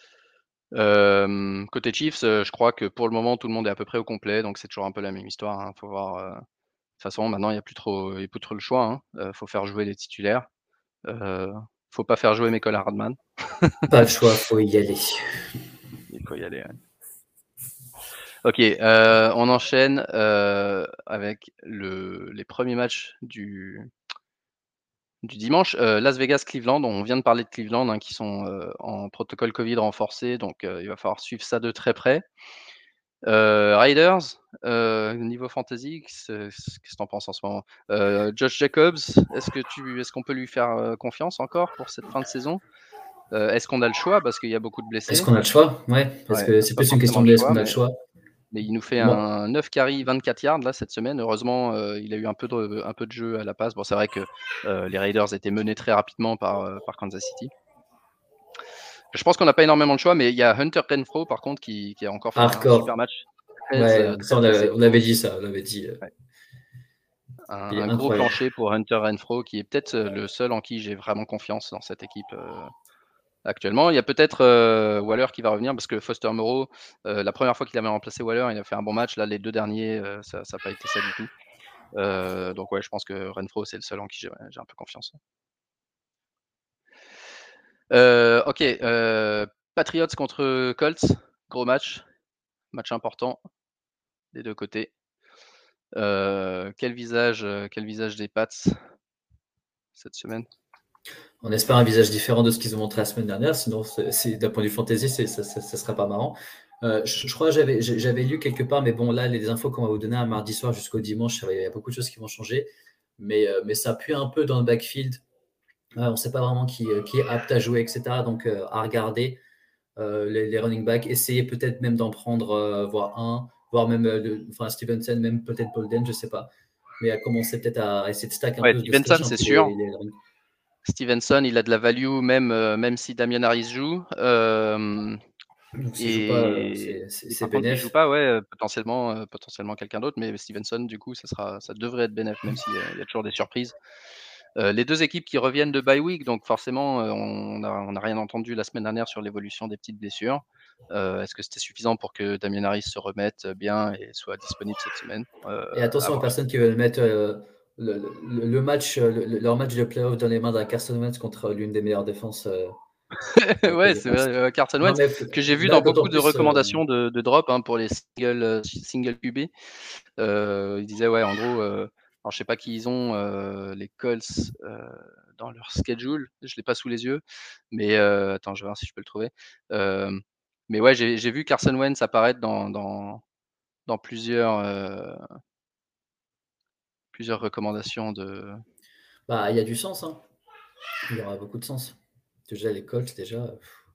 Côté Chiefs, je crois que pour le moment, tout le monde est à peu près au complet, donc c'est toujours un peu la même histoire, hein. Faut voir, de toute façon, maintenant, il y a plus trop le choix, hein. Faut faire jouer les titulaires. Faut pas faire jouer Mecole Hardman. Pas le choix, faut y aller. Il faut y aller, ouais. OK, on enchaîne, avec les premiers matchs du dimanche. Las Vegas-Cleveland, on vient de parler de Cleveland, hein, qui sont, en protocole covid renforcé, donc il va falloir suivre ça de très près. Raiders, niveau fantasy, qu'est-ce que tu en penses en ce moment? Josh Jacobs, est-ce qu'on peut lui faire, confiance encore pour cette fin de saison? Est-ce qu'on a le choix? Parce qu'il y a beaucoup de Est-ce blessés. qu'on a le choix? Ouais, parce Ouais, que on a c'est pas plus une forcément question le de est-ce choix, qu'on a le choix? mais il nous fait Moi un 9 carries, 24 yards là cette semaine. Heureusement, il a eu un peu de jeu à la passe. Bon, c'est vrai que, les Raiders étaient menés très rapidement par Kansas City. Je pense qu'on n'a pas énormément de choix, mais il y a Hunter Renfrow par contre qui a encore fait un super hardcore. match. 13, Ouais, ça 13 on avait réceptions. dit ça, on avait dit, Ouais. il est Un gros incroyable. plancher pour Hunter Renfrow qui est peut-être, le seul en qui j'ai vraiment confiance dans cette équipe, actuellement. Il y a peut-être, Waller qui va revenir parce que Foster Moreau, la première fois qu'il avait remplacé Waller, il a fait un bon match. Là, les 2 derniers, ça a pas été ça du tout. Donc ouais, je pense que Renfrow, c'est le seul en qui j'ai un peu confiance. OK, Patriots contre Colts, gros match important des 2 côtés. Quel visage des Pats cette semaine? On espère un visage différent de ce qu'ils ont montré la semaine dernière, sinon d'un point de vue fantasy, ça serait pas marrant. Je crois que j'avais lu quelque part, mais bon, là, les infos qu'on va vous donner un mardi soir jusqu'au dimanche, il y a beaucoup de choses qui vont changer. Mais ça pue un peu dans le backfield. On ne sait pas vraiment qui est apte à jouer, etc. Donc, à regarder les running backs, essayer peut-être même d'en prendre, voire même Stevenson, même peut-être Bolden, je ne sais pas. Mais à commencer peut-être à essayer de stack un Ouais, peu, de Stevenson, stash un c'est peu sûr. les Stevenson, il a de la value même si Damian Harris joue. donc, s'il ne joue pas, Et c'est par contre, s'il joue bénéf. pas, ouais, potentiellement quelqu'un d'autre, mais Stevenson, du coup, ça devrait être bénéf, même s'il y a toujours des surprises. Les 2 équipes qui reviennent de bye week, donc forcément, on a rien entendu la semaine dernière sur l'évolution des petites blessures. Est-ce que c'était suffisant pour que Damian Harris se remette bien et soit disponible cette semaine? Et À attention aux voir. personnes qui veulent mettre le match, leur match de playoff dans les mains d'un Carson Wentz contre l'une des meilleures défenses avec les Ouais, c'est défenses. vrai, Carson Non, Wentz, mais que j'ai vu là, dans d'autant beaucoup de plus. recommandations de drop, hein, pour les single QB. Il disait, ouais, en gros, alors je sais pas qui ils ont, les Colts, dans leur schedule. Je l'ai pas sous les yeux, mais attends, je vais voir si je peux le trouver. Hem, mais ouais, j'ai vu Carson Wentz apparaître dans plusieurs recommandations de Bah, il y a du sens, hein. Il y aura beaucoup de sens. Déjà, les Colts, déjà.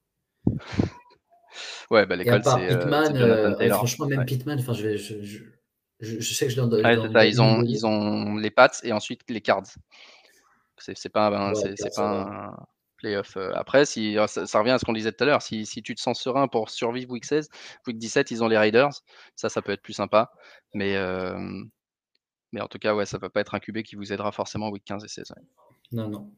ouais, bah, les Et à Colts, part c'est Pittman, Jonathan Taylor. franchement, même Ouais. Pittman, enfin, je sais que je Ouais, l'ai c'est ça, envoyé. ils ont les Pats et ensuite les Cards. C'est pas un Ouais, c'est ça pas va. un playoff, après si ça revient à ce qu'on disait tout à l'heure, si tu te sens serein pour survivre week 16, week 17 ils ont les Raiders, ça peut être plus sympa, mais mais en tout cas, ouais, ça va pas être un QB qui vous aidera forcément week 15 et 16, ouais. Non, non.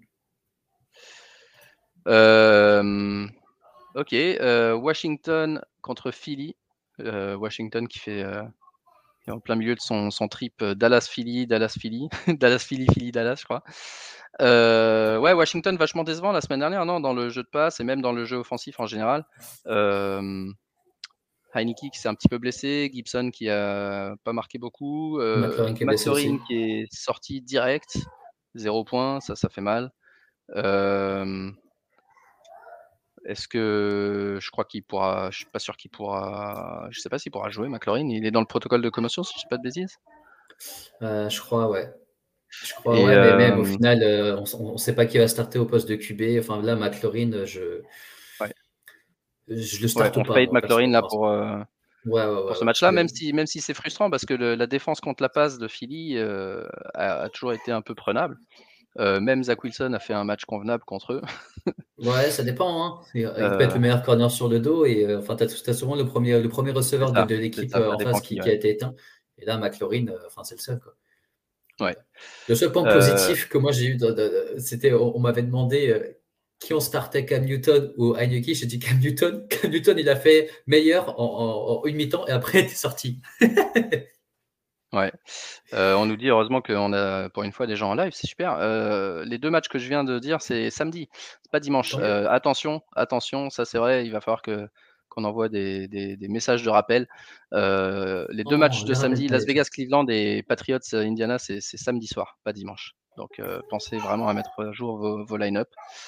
OK, Washington contre Philly, Washington qui est en plein milieu de son trip, Dallas-Philly, Dallas-Philly, Dallas-Philly, Philly-Dallas, je crois. Ouais, Washington vachement décevant la semaine dernière, non? Dans le jeu de passe et même dans le jeu offensif en général. Hem, Heinicke qui s'est un petit peu blessé, Gibson qui a pas marqué beaucoup, McLaurin qui est blessé aussi. McLaurin qui est sorti direct, 0 points, ça fait mal. Hem, est-ce que je crois qu'il pourra je suis pas sûr qu'il pourra je sais pas s'il pourra jouer McLaurin, il est dans le protocole de commotion si je dis pas de bêtises? Je crois, ouais. Je crois, Et ouais, mais même au final, on sait pas qui va starter au poste de QB. Enfin, là, McLaurin, ouais, je le ouais, starte on pas, fade moi, McLaurin perso, là pour l'instant. Ouais, ouais, pour ouais, ce ouais, parce match-là, que même si c'est frustrant parce que la défense contre la passe de Philly a toujours été un peu prenable. Même Zach Wilson a fait un match convenable contre eux. ouais, ça dépend, hein. Il peut être Euh, le meilleur corner sur le dos et enfin, t'as souvent le premier receveur de l'équipe ça en dépend face qui. qui Ouais. a été éteint. Et là, McLaurin, enfin, c'est le seul, quoi. Ouais. Le seul point Euh, positif que moi j'ai eu, c'était on m'avait demandé qui ont starté Cam Newton ou Heineke, j'ai dit Cam Newton. Cam Newton, il a fait meilleur en une mi-temps et après, il est sorti. Ouais. On nous dit heureusement qu'on a pour une fois des gens en live, c'est super. Les 2 matchs que je viens de dire, c'est samedi, c'est pas dimanche. Tant mieux. Attention, ça c'est vrai, il va falloir qu'on envoie des messages de rappel. Les 2 Non, matchs de ne rappelle samedi, pas Las les gens. Vegas, Cleveland et Patriots, Indiana, c'est samedi soir, pas dimanche. Donc pensez vraiment à mettre à jour vos line-up,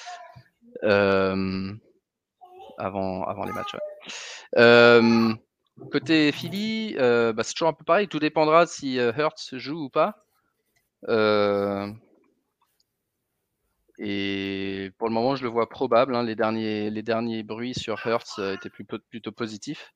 hem, avant les matchs, ouais. Côté Philly, bah, c'est toujours un peu pareil, tout dépendra si, Hurts joue ou pas. Et pour le moment, je le vois probable, hein. Les derniers bruits sur Hurts étaient plutôt positifs.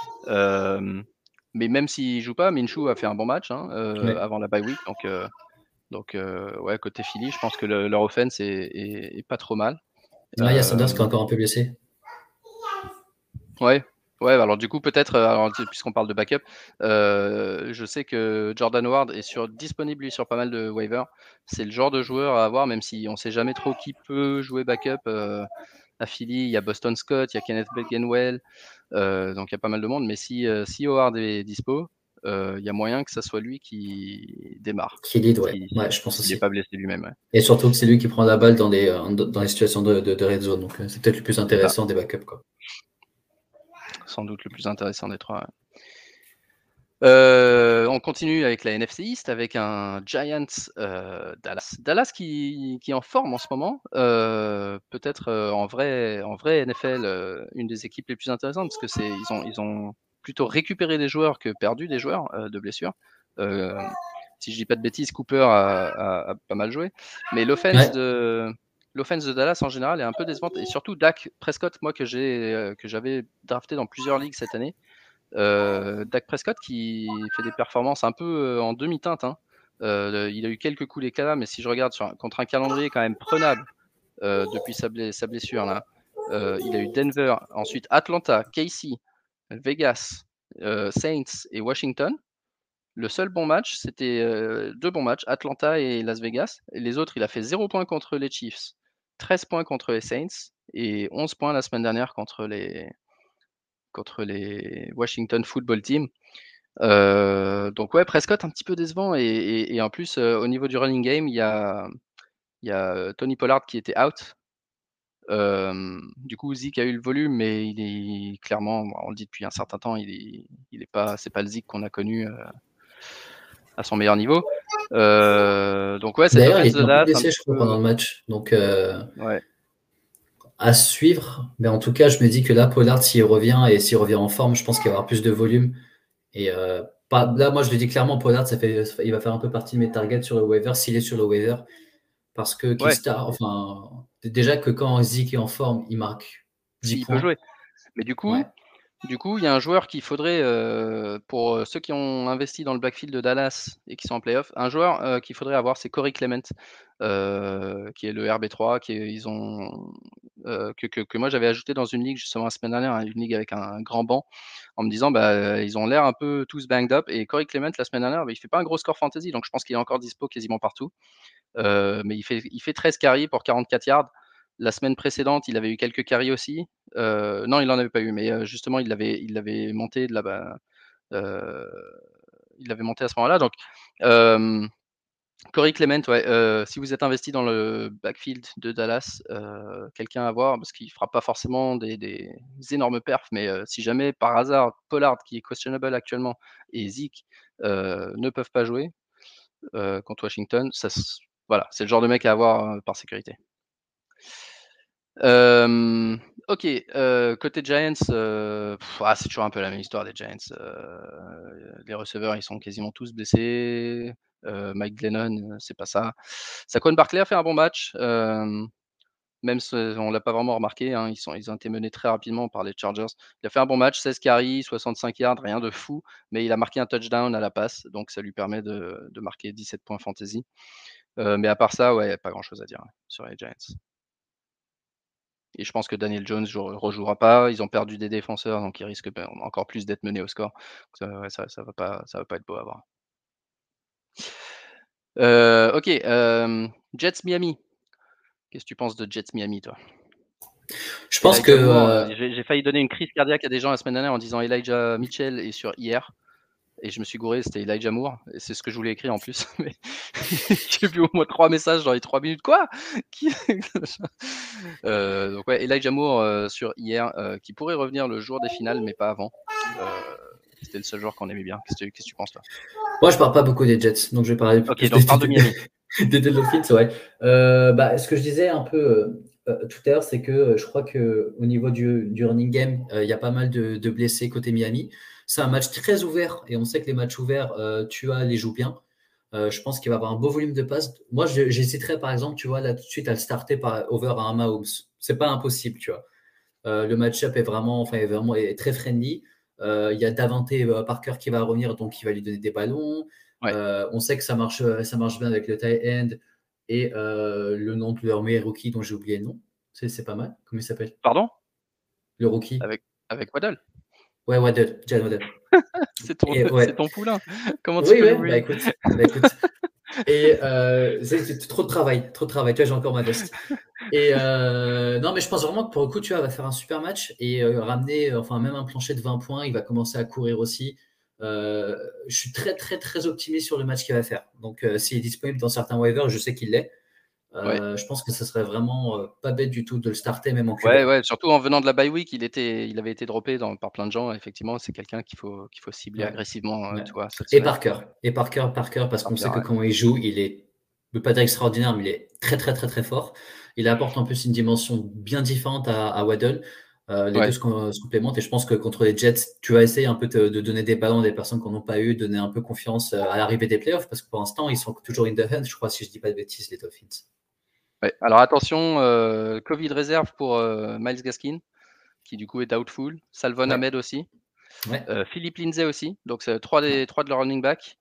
Mais même s'il joue pas, Minshew a fait un bon match, hein, Ouais. avant la bye week. Donc, ouais, côté Philly, je pense que leur offense est pas trop mal. Là, il y a Sanders qui est Euh, encore un peu blessé. Ouais, ouais, alors du coup peut-être, alors puisqu'on parle de backup, je sais que Jordan Howard est disponible lui sur pas mal de waivers. C'est le genre de joueur à avoir, même si on sait jamais trop qui peut jouer backup, à Philly. Il y a Boston Scott, il y a Kenneth Gainwell, donc il y a pas mal de monde. Mais si Howard est dispo, il y a moyen que ça soit lui qui démarre, Qui lead, ouais. si Ouais, je pense s'il est aussi. pas blessé lui-même, ouais. Et surtout que c'est lui qui prend la balle dans les situations de red zone. Donc, c'est peut-être le plus C'est ça, intéressant des backups, quoi. sans doute le plus intéressant des 3, ouais. On continue avec la NFC East avec un Giants Dallas. Dallas qui est en forme en ce moment. Peut-être en vrai NFL, une des équipes les plus intéressantes parce que ils ont plutôt récupéré des joueurs que perdu des joueurs de blessures. Euh, Si je dis pas de bêtises, Cooper a pas mal joué. Mais Ouais. l'offense de Dallas en général est un peu décevante. Et surtout Dak Prescott, moi que j'avais drafté dans plusieurs ligues cette année. Dak Prescott qui fait des performances un peu en demi-teinte, hein. Il a eu quelques coups d'éclat, mais si je regarde contre un calendrier quand même prenable depuis sa blessure là, il a eu Denver, ensuite Atlanta, KC, Vegas, Saints et Washington. Le seul bon match, c'était 2 bons matchs, Atlanta et Las Vegas. Et les autres, il a fait 0 points contre les Chiefs, 13 points contre les Saints et 11 points la semaine dernière contre les Washington Football Team. Donc ouais, Prescott un petit peu décevant et en plus, au niveau du running game, il y a Tony Pollard qui était out. Du coup, Zeke a eu le volume, mais il est clairement, on le dit depuis un certain temps, il est pas c'est pas le Zeke qu'on a connu, à son meilleur niveau. Donc ouais, cette D'ailleurs, il offense était de un peu Dallas un blessé, petit je crois, pendant peu, le match. Donc, ouais, à suivre. Mais en tout cas, je me dis que là, Pollard, s'il revient et s'il revient en forme, je pense qu'il va y avoir plus de volume. Et là, moi, je le dis clairement, Pollard, il va faire un peu partie de mes targets sur le waiver, s'il est sur le waiver. Parce que ouais, Kickstar, enfin, déjà que quand Zeke est en forme, il marque 10 s'il peut points. jouer. Mais du Ouais. coup, il y a un joueur qu'il faudrait, pour ceux qui ont investi dans le backfield de Dallas et qui sont en playoff, un joueur qu'il faudrait avoir, c'est Corey Clement, qui est le RB3, que moi j'avais ajouté dans une ligue justement la semaine dernière, hein, une ligue avec un grand banc, en me disant bah, ils ont l'air un peu tous banged up. Et Corey Clement la semaine dernière, bah, il fait pas un gros score fantasy, donc je pense qu'il est encore dispo quasiment partout. Mais il fait 13 carries pour 44 yards. La semaine précédente, il avait eu quelques carries aussi. Non, il n'en avait pas eu, mais justement, il l'avait monté de là-bas. Il l'avait monté à ce moment-là. Donc, Corey Clement, ouais, si vous êtes investi dans le backfield de Dallas, quelqu'un à voir, parce qu'il ne fera pas forcément des énormes perfs, mais si jamais par hasard Pollard, qui est questionable actuellement, et Zeke ne peuvent pas jouer contre Washington, voilà, c'est le genre de mec à avoir par sécurité. OK, côté Giants, c'est toujours un peu la même histoire des Giants. Les receveurs, ils sont quasiment tous blessés. Mike Glennon, c'est pas ça. Saquon Barkley a fait un bon match, même si on l'a pas vraiment remarqué, hein, ils ont été menés très rapidement par les Chargers. Il a fait un bon match, 16 carries, 65 yards, rien de fou, mais il a marqué un touchdown à la passe, donc ça lui permet de marquer 17 points fantasy. Mais à part ça, ouais, pas grand chose à dire, ouais, sur les Giants. Et je pense que Daniel Jones rejouera pas. Ils ont perdu des défenseurs, donc ils risquent encore plus d'être menés au score. Ouais, ça va pas être beau à voir. OK, Jets Miami. Qu'est-ce que tu penses de Jets Miami, toi? Je pense que, Elijah Moore, j'ai failli donner une crise cardiaque à des gens la semaine dernière en disant Elijah Mitchell est sur hier et je me suis gouré, c'était Elijah Moore et c'est ce que je voulais écrire en plus. Mais j'ai vu au moins 3 messages dans les 3 minutes. Quoi? Qui donc ouais, Elijah Moore sur hier, qui pourrait revenir le jour des finales, mais pas avant. C'était le seul joueur qu'on aimait bien. Qu'est-ce que tu penses, toi? moi, je parle pas beaucoup des Jets, donc je vais parler Ok, plus donc parle de Miami. des Dolphins, ouais. Bah, ce que je disais un peu tout à l'heure, c'est que je crois qu'au niveau du running game, il y a pas mal de blessés côté Miami. C'est un match très ouvert et on sait que les matchs ouverts, Tua les joue bien. Je pense qu'il va avoir un beau volume de passes. Moi, j'hésiterais par exemple, tu vois, là tout de suite à le starter par over à un Mahomes. C'est pas impossible, tu vois. Le match-up est très friendly. Il y a Davante Parker qui va revenir, donc il va lui donner des ballons. Ouais. On sait que ça marche bien avec le tight end et le nom de leur meilleur rookie dont j'ai oublié le nom. C'est pas mal. Comment il s'appelle? Pardon? Le rookie? Avec Waddle? Ouais, Waddle, Jalen Waddle. Et C'est ouais. ton poulain. Comment tu Oui, peux ouais, bah l'oublier? écoute. Et c'est trop de travail, trop de travail. Tu vois, j'ai encore ma veste. Et non, mais je pense vraiment que pour le coup, tu vois, il va faire un super match et ramener, enfin, même un plancher de 20 points. Il va commencer à courir aussi. Je suis très, très, très optimiste sur le match qu'il va faire. Donc, s'il est disponible dans certains waivers, je sais qu'il l'est. Ouais. Je pense que ce serait vraiment pas bête du tout de le starter, même en Ouais, QB1. ouais, surtout en venant de la bye week, il avait été droppé par plein de gens. Effectivement, c'est quelqu'un qu'il faut cibler Ouais. agressivement, Ouais. tu vois, cette Et semaine. Parker. Et Parker, parce qu'on Parker, sait que ouais. quand il joue, il est, je ne veux pas dire extraordinaire, mais il est très, très, très, très fort. Il apporte en plus une dimension bien différente à Waddle. Les deux Ouais. se complémentent et je pense que contre les Jets, tu vas essayer un peu de donner des ballons à des personnes qui n'en ont pas eu, donner un peu confiance à l'arrivée des playoffs parce que pour l'instant, ils sont toujours in the hunt, je crois, si je dis pas de bêtises, les Dolphins. Ouais. Alors attention, Covid réserve pour Myles Gaskin, qui du coup est doubtful. Salvon Ouais, Ahmed aussi. ouais, Philippe Lindsay aussi. Donc c'est ouais. trois de leurs running back.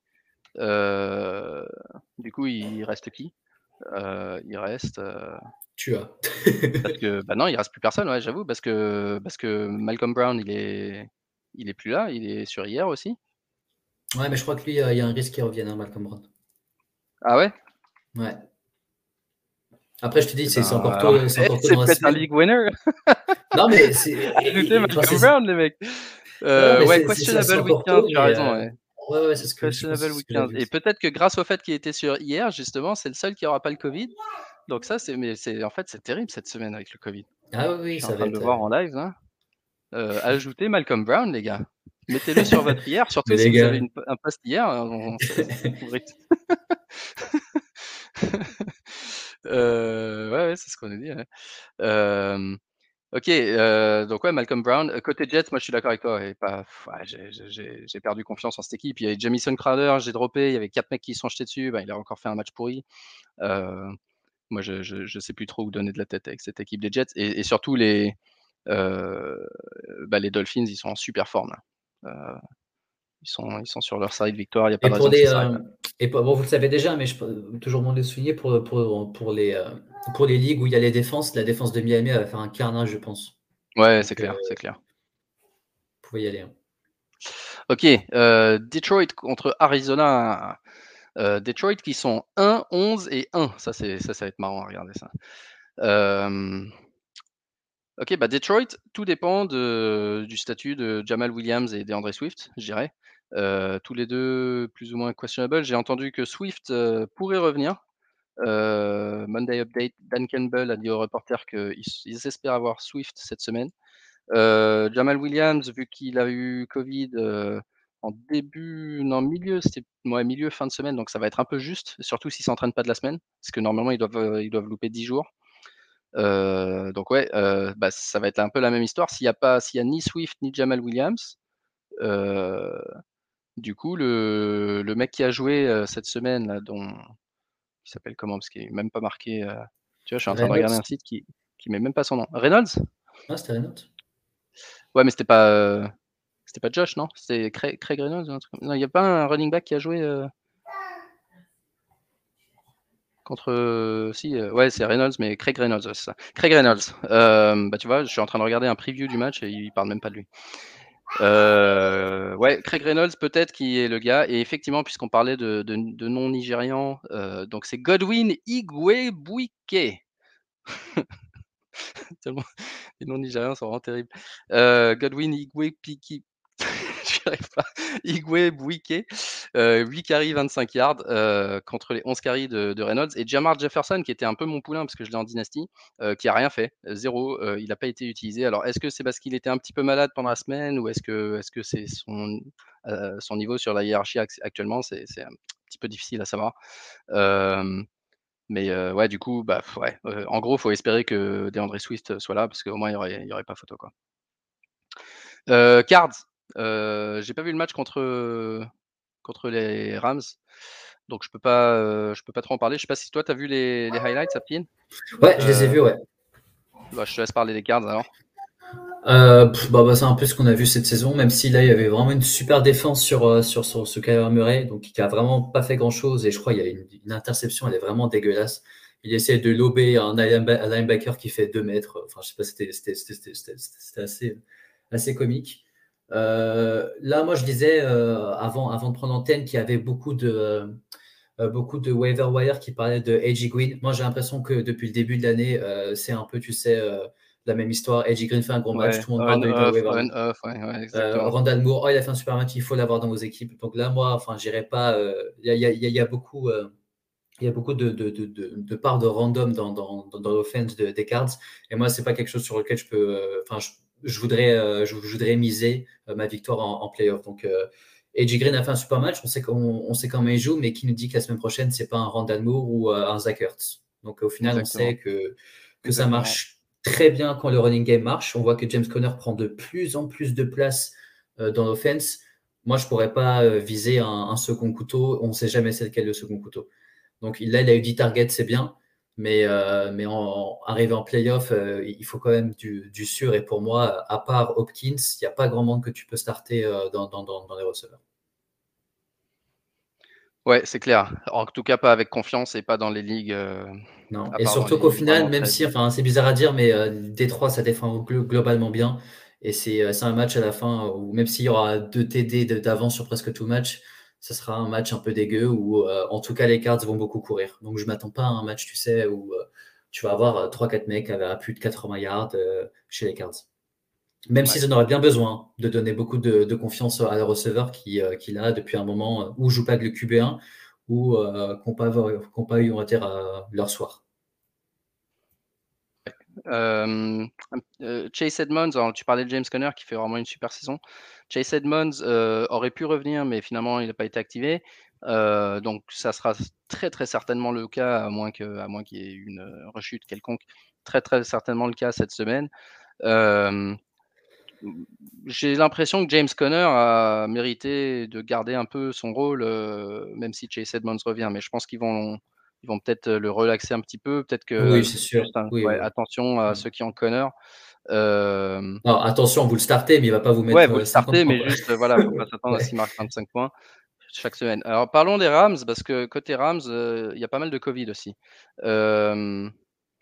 Du coup, il reste qui? Il reste Tu as. parce que bah non, il reste plus personne, ouais, j'avoue, parce que Malcolm Brown, il est plus là, il est sur hier aussi. Ouais, mais je crois que lui, il y a un risque qu'il revienne, hein, Malcolm Brown. Ah ouais? Ouais. Après, je te dis, Eh c'est ben, encore tôt, c'est encore tôt c'est dans la peut-être un semaine. league winner. Non, mais Ajoutez enfin, Malcolm Brown, les mecs. non, mais Ouais, c'est questionable week encore 15, tôt, tu as mais raison, ouais. ouais, ouais, c'est ce que je pense, Questionable c'est ce week que j'avais 15 vu et aussi. peut-être que grâce au fait qu'il était sur hier, justement, c'est le seul qui aura pas le Covid. Donc ça, c'est en fait, c'est terrible cette semaine avec le Covid. Ah oui, Je oui, suis en ça va train de le être. voir en live là. Ajoutez Malcolm Brown, les gars. Mettez-le sur votre hier, Mais surtout si les vous avez gars, un post hier, on ouais, ouais, c'est ce qu'on a dit, ouais. Hem, OK, donc ouais, Malcolm Brown. Côté Jets, moi je suis d'accord avec toi et pas ouais, j'ai perdu confiance en cette équipe. Il y avait Jamison Crowder, j'ai droppé, il y avait 4 mecs qui se sont jetés dessus, bah, il a encore fait un match pourri. Heu, Moi je sais plus trop où donner de la tête avec cette équipe des Jets et surtout heu, les Dolphins, ils sont en super forme là. Ils sont sur leur série de victoires, il y a pas et de pour raison que les, ça s'arrête là. bon, vous le savez déjà, mais je peux toujours bon de le souligner pour les ligues où il y a les défenses, la défense de Miami, elle va faire un carnage, je pense. Ouais, c'est Donc, clair, c'est clair. vous pouvez y aller, hein. OK, Detroit contre Arizona. Detroit qui sont 1-11 et 1. Ça va être marrant à regarder ça. Hem, OK, bah, Detroit, tout dépend du statut de Jamal Williams et DeAndre Swift, je dirais. Tous les 2 plus ou moins questionable. J'ai entendu que Swift, pourrait revenir. Monday Update, Dan Campbell a dit aux reporters qu'ils espèrent avoir Swift cette semaine. Jamal Williams, vu qu'il a eu Covid, en début non milieu, c'était ouais milieu, fin de semaine, donc ça va être un peu juste, surtout s'il s'entraîne pas de la semaine, parce que normalement ils doivent louper 10 jours. Donc ouais, bah, ça va être un peu la même histoire. S'il y a ni Swift ni Jamal Williams, heu, du coup le mec qui a joué, cette semaine là dont il s'appelle comment? Parce qu'il est même pas marqué, tu vois? Je suis en train de regarder Reynolds? un site qui met même pas son nom. Reynolds? Ah, c'était Reynolds? Ouais, mais c'était pas Josh, non? C'était Craig Reynolds ou un truc non, il y a pas un running back qui a joué, contre, si, ouais, c'est Reynolds, mais Craig Reynolds, ouais, c'est ça. Craig Reynolds, bah, tu vois, je suis en train de regarder un preview du match et il parle même pas de lui. Ouais, Craig Reynolds peut-être qui est le gars et effectivement puisqu'on parlait de non nigérians, donc c'est Godwin Igwebuike. Tellement Les noms nigérians sont vraiment terribles. Godwin Igwebuike, j'y arrive pas. Igwebuike, 8 carries, 25 yards, contre les 11 carries de Reynolds et Jamar Jefferson qui était un peu mon poulain parce que je l'ai en dynasty, qui a rien fait, 0, il a pas été utilisé. Alors est-ce que c'est parce qu'il était un petit peu malade pendant la semaine ou est-ce que c'est son niveau sur la hiérarchie actuellement? C'est un petit peu difficile à savoir. Mais ouais, du coup, bah, ouais, en gros, faut espérer que DeAndre Swift soit là parce qu'au moins il y aurait pas photo, quoi. Cards, j'ai pas vu le match contre les Rams, donc je peux pas trop en parler. Je sais pas si toi tu as vu les highlights, Aptine? Ouais, je les ai Heu, vus, ouais. Bah, je te laisse parler des Cards alors. C'est un peu ce qu'on a vu cette saison, même si là il y avait vraiment une super défense sur ce Kyler Murray, donc qui a vraiment pas fait grand chose. Et je crois qu'il y a une interception, elle est vraiment dégueulasse. Il essaie de lober un linebacker qui fait 2 mètres. Enfin, je sais pas, c'était assez comique. Là, moi je disais avant de prendre l'antenne qu'il y avait beaucoup de waiver wire qui parlaient de AJ Green. Moi, j'ai l'impression que depuis le début de l'année, c'est un peu, tu sais, la même histoire. AJ Green fait un gros match, Ouais, tout le monde parle on de lui dans les off, waiver on wire. off, ouais, exactement. Randall Moore, oh, il a fait un super match, il faut l'avoir dans vos équipes. Donc là, moi, enfin, j'irai pas. Il y a beaucoup. Il y a beaucoup de parts de random dans l'offense des Cards. Et moi, c'est pas quelque chose sur lequel je peux. Enfin, je voudrais miser ma victoire en playoff. Donc, AJ Green a fait un super match. On sait comment il joue, mais qui nous dit que la semaine prochaine, c'est pas un Randall Moore ou un Zach Ertz. Donc, au final, on Exactement, sait que ça exactement. marche très bien quand le running game marche. On voit que James Conner prend de plus en plus de place dans l'offense. Moi, je pourrais pas viser un second couteau. On ne sait jamais c'est lequel le second couteau. Donc là, il a eu 10 targets, c'est bien. Mais arrivé en playoff, il faut quand même du sûr. Et pour moi, à part Hopkins, il n'y a pas grand monde que tu peux starter dans les receveurs. Ouais, c'est clair. En tout cas, pas avec confiance et pas dans les ligues, Non. à Et part dans surtout les qu'au ligues final, vraiment même très si, deep. enfin, c'est bizarre à dire, mais Détroit, ça défend globalement bien. Et c'est un match à la fin où même s'il y aura 2 TD d'avance sur presque tout match, ça sera un match un peu dégueu où, en tout cas, les Cards vont beaucoup courir. Donc, je m'attends pas à un match, tu sais, où tu vas avoir 3-4 mecs à plus de 80 yards chez les Cards. Même Ouais. s'ils en auraient bien besoin de donner beaucoup de confiance à le receveur qui l'a depuis un moment, ou joue pas avec le QB1, ou qui n'ont pas eu, on va dire, leur soir. Hem, Chase Edmonds, alors tu parlais de James Conner qui fait vraiment une super saison. Chase Edmonds, aurait pu revenir, mais finalement il n'a pas été activé. Donc ça sera très, très certainement le cas, à moins qu'il y ait une, rechute quelconque. Très, très certainement le cas cette semaine. Hem, j'ai l'impression que James Conner a mérité de garder un peu son rôle, même si Chase Edmonds revient. Mais je pense qu'ils vont peut-être le relaxer un petit peu. Peut-être Oui, que c'est sûr. juste un Oui, ouais, oui. attention à Ouais. ceux qui ont Conner. Hem, Alors, attention, vous le startez, mais il va pas vous ouais, mettre vous le 50 startez, points, mais quoi. juste, voilà, faut pas s'attendre à ce Ouais. qu'il marque 25 points chaque semaine. Alors parlons des Rams parce que côté Rams, il y a pas mal de Covid aussi. Hem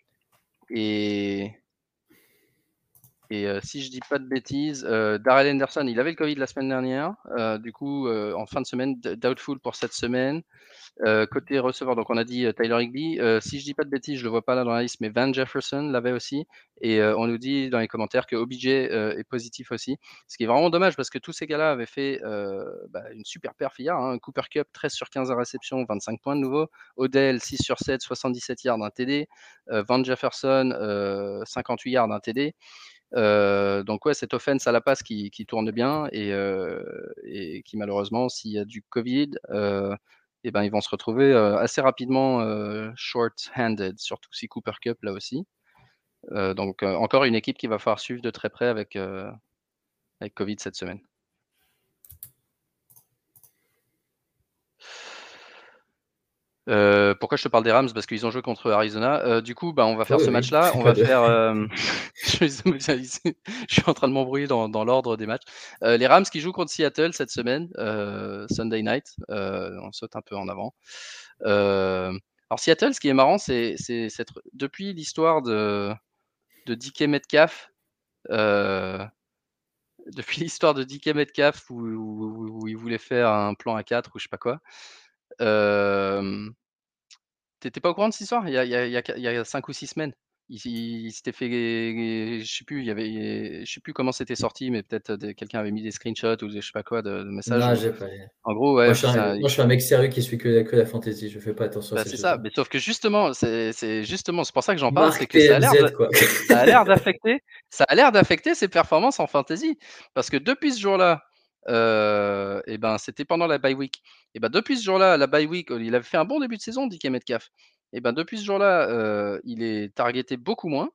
et si je dis pas de bêtises, Darrell Henderson, il avait le Covid la semaine dernière, du coup, en fin de semaine, doubtful pour cette semaine. Côté receveur, donc on a dit, Tyler Higbee, si je dis pas de bêtises, je le vois pas là dans la liste, mais Van Jefferson l'avait aussi et on nous dit dans les commentaires que OBJ, est positif aussi. Ce qui est vraiment dommage parce que tous ces gars-là avaient fait, une super perf hier, hein. Cooper Kupp 13 sur 15 à réception, 25 points de nouveau. Odell 6 sur 7, 77 yards, 1 TD. Van Jefferson, 58 yards, 1 TD. Donc ouais, cette offense à la passe qui tourne bien et qui malheureusement, s'il y a du Covid, et ben, ils vont se retrouver, assez rapidement, short-handed, surtout si Cooper Kupp là aussi. Donc encore une équipe qu'il va falloir suivre de très près avec Covid cette semaine. Pourquoi je te parle des Rams? Parce qu'ils ont joué contre Arizona. Du coup, bah, on va faire Oui, ce oui, match-là. j'ai On pas va de faire, je suis en train de m'embrouiller dans l'ordre des matchs. Les Rams qui jouent contre Seattle cette semaine, Sunday night, on saute un peu en avant. Alors Seattle, ce qui est marrant, c'est cette depuis l'histoire de DK Metcalf, heu, depuis l'histoire de DK Metcalf où il voulait faire un plan à 4 ou je sais pas quoi, hem tu pas au courant de cette histoire? Il y a 5 ou 6 semaines? il s'était fait, je sais plus, je sais plus comment c'était sorti, mais peut-être quelqu'un avait mis des screenshots ou je sais pas quoi de messages Non, où, j'ai pas. en gros, Moi, ouais, je suis un, ça, moi, je suis un mec sérieux qui suit que la fantasy. Je fais pas attention à bah, ces c'est trucs-là. ça. Mais sauf que justement, c'est pour ça que j'en parle, c'est Marque que TMZ, quoi. ça a l'air d'affecter, ça a l'air d'affecter ses performances en fantasy. Parce que depuis ce jour-là, et ben, c'était pendant la bye week. Et ben, depuis ce jour-là, la bye week, il avait fait un bon début de saison, DK Metcalf. Et ben, depuis ce jour-là, il est targeté beaucoup moins.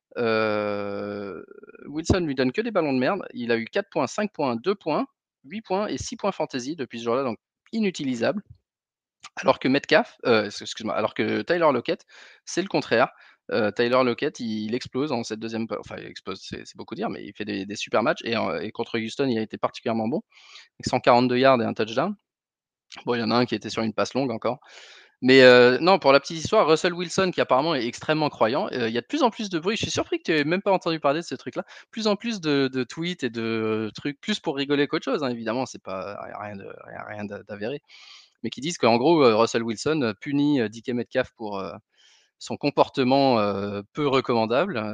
Wilson lui donne que des ballons de merde. Il a eu 4 points, 5 points, 2 points, 8 points et 6 points fantasy depuis ce jour-là, donc inutilisable. Alors que Metcalf, excuse-moi, alors que Tyler Lockett, c'est le contraire. Tyler Lockett, il explose en cette deuxième, enfin il explose, c'est beaucoup dire, mais il fait des super matchs et contre Houston, il a été particulièrement bon, avec 142 yards et un touchdown. Bon, il y en a un qui était sur une passe longue encore. Mais non, pour la petite histoire, Russell Wilson, qui apparemment est extrêmement croyant, il y a de plus en plus de bruit. Je suis surpris que tu aies même pas entendu parler de ce truc-là. Plus en plus de tweets et de trucs, plus pour rigoler qu'autre chose, hein, évidemment, c'est pas rien d'avéré. Mais qui disent qu'en gros, Russell Wilson punit DK Metcalf pour son comportement peu recommandable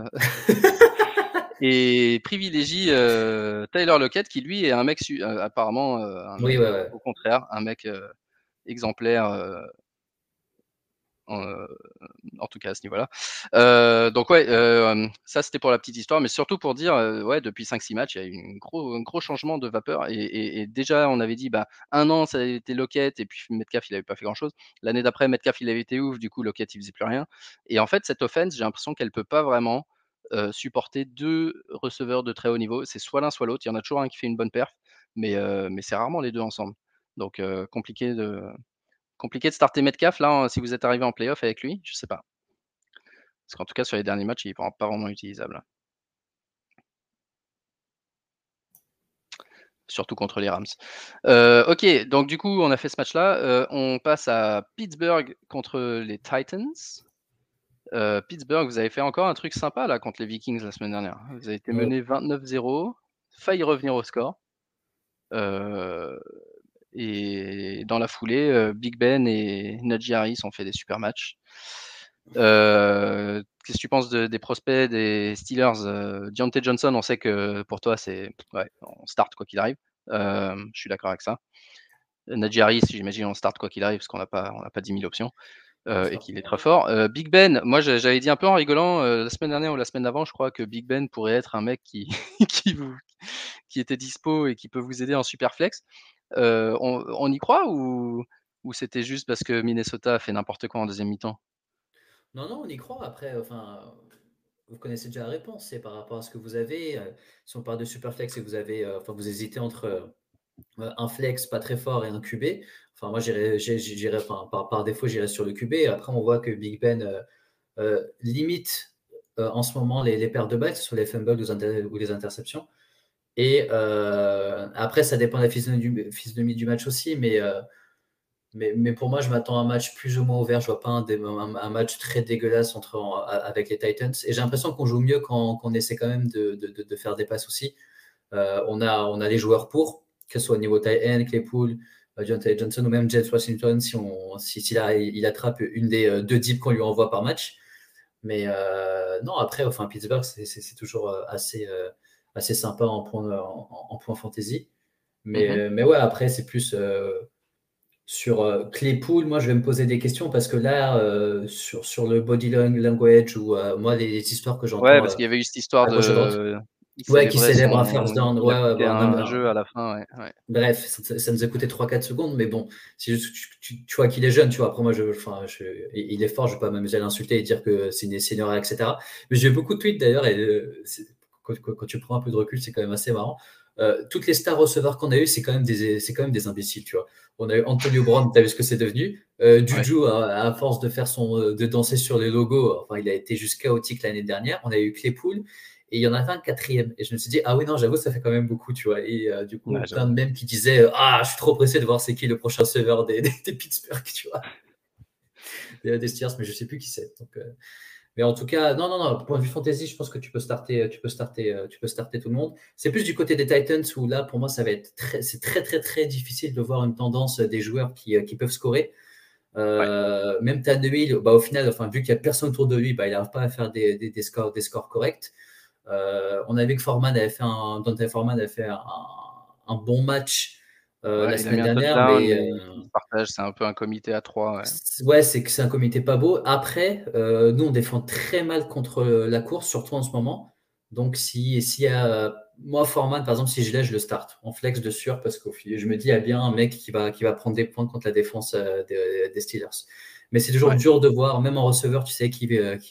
et privilégie Tyler Lockett, qui lui est un mec apparemment un Oui, mec ouais, ouais. au contraire, un mec exemplaire en, en tout cas à ce niveau-là. Donc ouais, ça c'était pour la petite histoire, mais surtout pour dire, ouais, depuis 5-6 matchs, il y a eu un gros changement de vapeur et déjà on avait dit, bah, un an ça a été Lockett et puis Metcalf il avait pas fait grand-chose. L'année d'après Metcalf il avait été ouf, du coup Lockett il faisait plus rien et en fait cette offense, j'ai l'impression qu'elle peut pas vraiment, supporter 2 receveurs de très haut niveau. C'est soit l'un soit l'autre. Il y en a toujours un qui fait une bonne perf, mais c'est rarement les 2 ensemble. Donc compliqué de starter Metcalf là, si vous êtes arrivé en playoff avec lui, je sais pas. Parce qu'en tout cas, sur les derniers matchs, il est pas vraiment utilisable. Surtout contre les Rams. Ok, donc du coup, on a fait ce match-là. On passe à Pittsburgh contre les Titans. Pittsburgh, vous avez fait encore un truc sympa là contre les Vikings la semaine dernière. Vous avez été mené 29-0, failli revenir au score. Et dans la foulée, Big Ben et Najee Harris ont fait des super matchs. Qu'est-ce que tu penses des prospects des Steelers? Deontay Johnson, on sait que pour toi, c'est ouais, on start quoi qu'il arrive. Je suis d'accord avec ça. Najee Harris, j'imagine, on start quoi qu'il arrive parce qu'on n'a pas 10 000 options et qu'il est très fort. Big Ben, moi j'avais dit un peu en rigolant la semaine dernière ou la semaine d'avant, je crois que Big Ben pourrait être un mec qui, qui était dispo et qui peut vous aider en super flex. On y croit ou c'était juste parce que Minnesota a fait n'importe quoi en deuxième mi-temps? Non, non, on y croit. Après, enfin, vous connaissez déjà la réponse. C'est par rapport à ce que vous avez. Si on parle de Superflex et que vous avez, enfin, vous hésitez entre un flex pas très fort et un QB. Enfin, moi, enfin, par défaut, j'irais sur le QB. Après, on voit que Big Ben limite en ce moment les pertes de balles, sur les fumbles ou les interceptions. Et après, ça dépend de la physionomie du match aussi, mais pour moi, je m'attends à un match plus ou moins ouvert. Je vois pas un match très dégueulasse avec les Titans. Et j'ai l'impression qu'on joue mieux quand on essaie quand même de faire des passes aussi. On a les joueurs pour, que ce soit au niveau tight end, Claypool, Deontay Johnson ou même James Washington, il attrape une des deux dips qu'on lui envoie par match. Mais non, après, enfin, Pittsburgh, c'est toujours assez sympa en point fantasy. Mmh. Mais ouais, après, c'est plus sur Claypool. Moi, je vais me poser des questions parce que là, sur le body language ou moi, les histoires que Ouais, j'entends parce qu'il y avait eu cette histoire à gauche à droite, de il ouais, qui célébrait célèbre un first son down. il a Ouais, ouais, coûté bon, un jeu à la fin, ouais, ouais. bref, ça nous a coûté 3-4 secondes, mais bon, si tu vois qu'il est jeune, tu vois. Après, moi, enfin, il est fort, je ne vais pas m'amuser à l'insulter et dire que c'est une senior, etc. Mais j'ai eu beaucoup de tweets d'ailleurs, et quand tu prends un peu de recul, c'est quand même assez marrant. Toutes les stars receveurs qu'on a eu, c'est quand même des imbéciles, tu vois. On a eu Antonio Brown, tu as vu ce que c'est devenu. Ouais. Juju, à force de faire de danser sur les logos, enfin, il a été juste chaotique l'année dernière. On a eu Claypool. Et il y en avait un quatrième. Et je me suis dit, ah oui, non, j'avoue, ça fait quand même beaucoup, tu vois. Et du coup, Ouais, plein de j'avoue. mèmes qui disaient, ah, je suis trop pressé de voir c'est qui le prochain serveur des Pittsburgh, tu vois, des Steelers, mais je sais plus qui c'est. Donc, mais en tout cas, non, non, non, point de vue fantasy, je pense que tu peux starter tout le monde. C'est plus du côté des Titans où là, pour moi, c'est très, très, très difficile de voir une tendance des joueurs qui peuvent scorer. Ouais. Même Tannehill, au final, enfin, vu qu'il n'y a personne autour de lui, il n'arrive pas à faire des scores corrects. On a vu que Dante Foreman avait fait un bon match la Ouais, il a mis semaine un dernière, touchdown, mais mais ils se partagent, c'est un peu un comité à 3. Ouais. ouais, c'est que c'est un comité pas beau. Après, nous, on défend très mal contre la course, surtout en ce moment. Donc, si y a, moi, Foreman, par exemple, si je l'ai, je le start en flex de sûr parce que je me dis, il y a bien un mec qui va prendre des points contre la défense des Steelers. Mais c'est toujours Ouais. dur de voir, même en receveur, tu sais,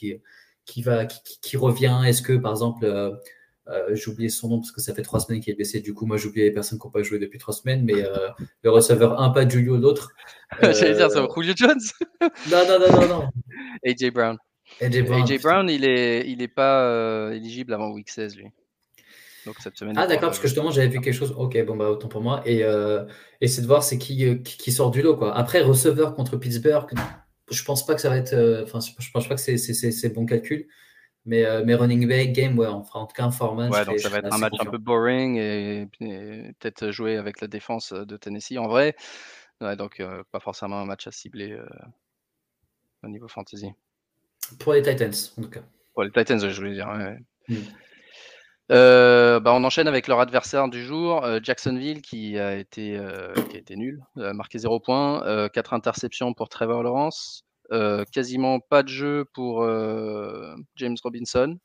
qui revient. Est-ce que, par exemple, j'ai oublié son nom parce que ça fait 3 semaines qu'il est blessé. Du coup, moi, j'ai oublié les personnes qui n'ont pas joué depuis 3 semaines. Mais le receveur, un pas Julio, l'autre. J'allais dire, Euh, c'est Julio Jones. non, non, non, non, non. AJ Brown. AJ Brown, AJ putain. Brown, il est pas éligible avant week 16, lui. Donc cette semaine, il Ah, pourra d'accord, pas parce que jouer. justement, j'avais vu quelque chose. Ok, bon, bah, autant pour moi. Et c'est de voir c'est qui sort du lot, quoi. Après, receveur contre Pittsburgh, je pense pas que ça va être. Enfin, je pense pas que c'est bon calcul. Mais running back, game, ouais, on fera en tout cas un format, je Ouais, donc serais, ça je va serais être un assez match un confiant. peu boring et peut-être jouer avec la défense de Tennessee. En vrai, ouais, donc pas forcément un match à cibler au niveau fantasy. Pour les Titans, en tout cas. Pour les Titans, je voulais dire. Ouais, ouais. Hmm. On enchaîne avec leur adversaire du jour, Jacksonville, qui a été nul, marqué 0 points, 4 interceptions pour Trevor Lawrence, quasiment pas de jeu pour James Robinson.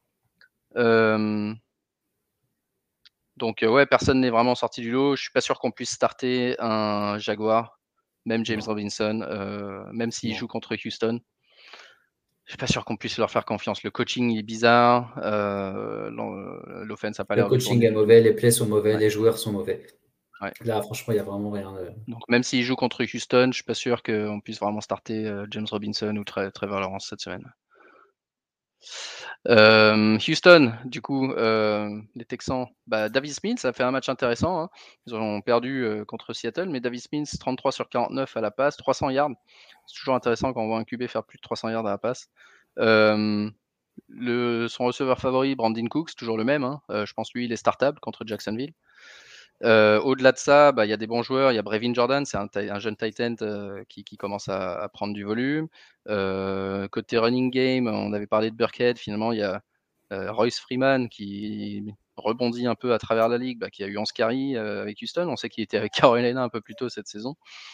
Donc ouais, personne n'est vraiment sorti du lot. Je suis pas sûr qu'on puisse starter un Jaguar, même James Non, Robinson, même s'il non. joue contre Houston. Je suis pas sûr qu'on puisse leur faire confiance. Le coaching est bizarre, l'offense n'a pas Le l'air de coaching tourner est du tout. mauvais, les plays sont mauvais, Ouais, les joueurs sont mauvais. ouais. Là, franchement, il n'y a vraiment rien. Donc même s'il joue contre Houston, je suis pas sûr qu'on puisse vraiment starter James Robinson ou Trevor Lawrence cette semaine. Houston, du coup, les Texans, Davis Mills a fait un match intéressant, hein. Ils ont perdu contre Seattle, mais Davis Mills, 33 sur 49 à la passe, 300 yards. C'est toujours intéressant quand on voit un QB faire plus de 300 yards à la passe. Son receveur favori, Brandon Cooks, toujours le même, hein. Je pense lui, il est startable contre Jacksonville. Au-delà de ça, il y a des bons joueurs. Il y a Brevin Jordan, c'est un jeune tight end qui commence à prendre du volume. Côté running game, on avait parlé de Burkhead. Finalement, il y a Royce Freeman qui rebondit un peu à travers la ligue, qui a eu 11 carries avec Houston. On sait qu'il était avec Carolina un peu plus tôt cette saison.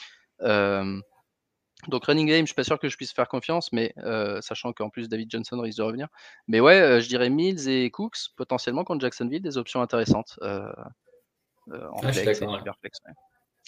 Donc running game, je suis pas sûr que je puisse faire confiance, mais sachant qu'en plus David Johnson risque de revenir. Mais ouais, je dirais Mills et Cooks potentiellement contre Jacksonville, des options intéressantes en Ah, je suis flex et d'accord. Ouais. super flex. Ouais.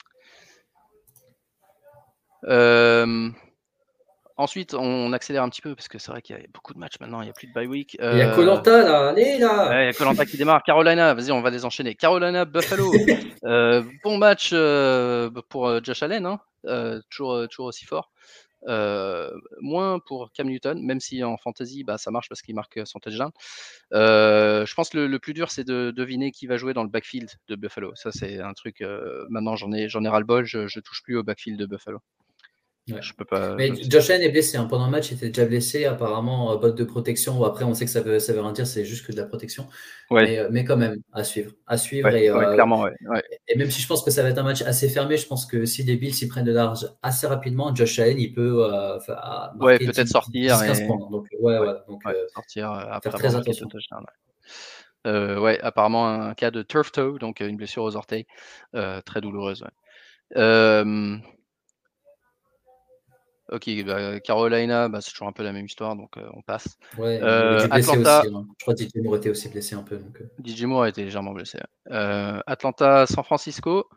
Euh, Ensuite, on accélère un petit peu parce que c'est vrai qu'il y a beaucoup de matchs maintenant, il n'y a plus de bye week. Il y a koh là, allez là! Il y a Koh qui démarre. Carolina, vas-y, on va les enchaîner. Carolina, Buffalo. Bon match pour Josh Allen, hein. Toujours aussi fort. Moins pour Cam Newton, même si en fantasy, ça marche parce qu'il marque son touchdown. Je pense que le plus dur, c'est de deviner qui va jouer dans le backfield de Buffalo. Ça, c'est un truc. Maintenant, j'en ai ras-le-bol. Je touche plus au backfield de Buffalo. Ouais. Je peux pas. Mais Josh Allen est blessé. Pendant le match, il était déjà blessé. Apparemment, botte de protection. Après, on sait que ça veut rien dire. C'est juste que de la protection. Ouais, Mais quand même, à suivre. À suivre. ouais, Et, ouais, euh, clairement, ouais, ouais. et même si je pense que ça va être un match assez fermé, je pense que si les Bills s'y prennent de large assez rapidement, Josh Allen, il peut Ouais, marquer peut-être sortir 10-15 et points. Donc, ouais, ouais, voilà. Donc, ouais, sortir faire après avoir très marqué 2 attention. touchdowns. Ouais, apparemment un cas de turf toe, donc une blessure aux orteils, très douloureuse. Ouais. Ok, Carolina, c'est toujours un peu la même histoire, donc on passe. Ouais, il y avait du blessé Atlanta, aussi. Je crois que DJ Moore était aussi blessé un peu. Donc, DJ Moore a été légèrement blessé. Atlanta, San Francisco.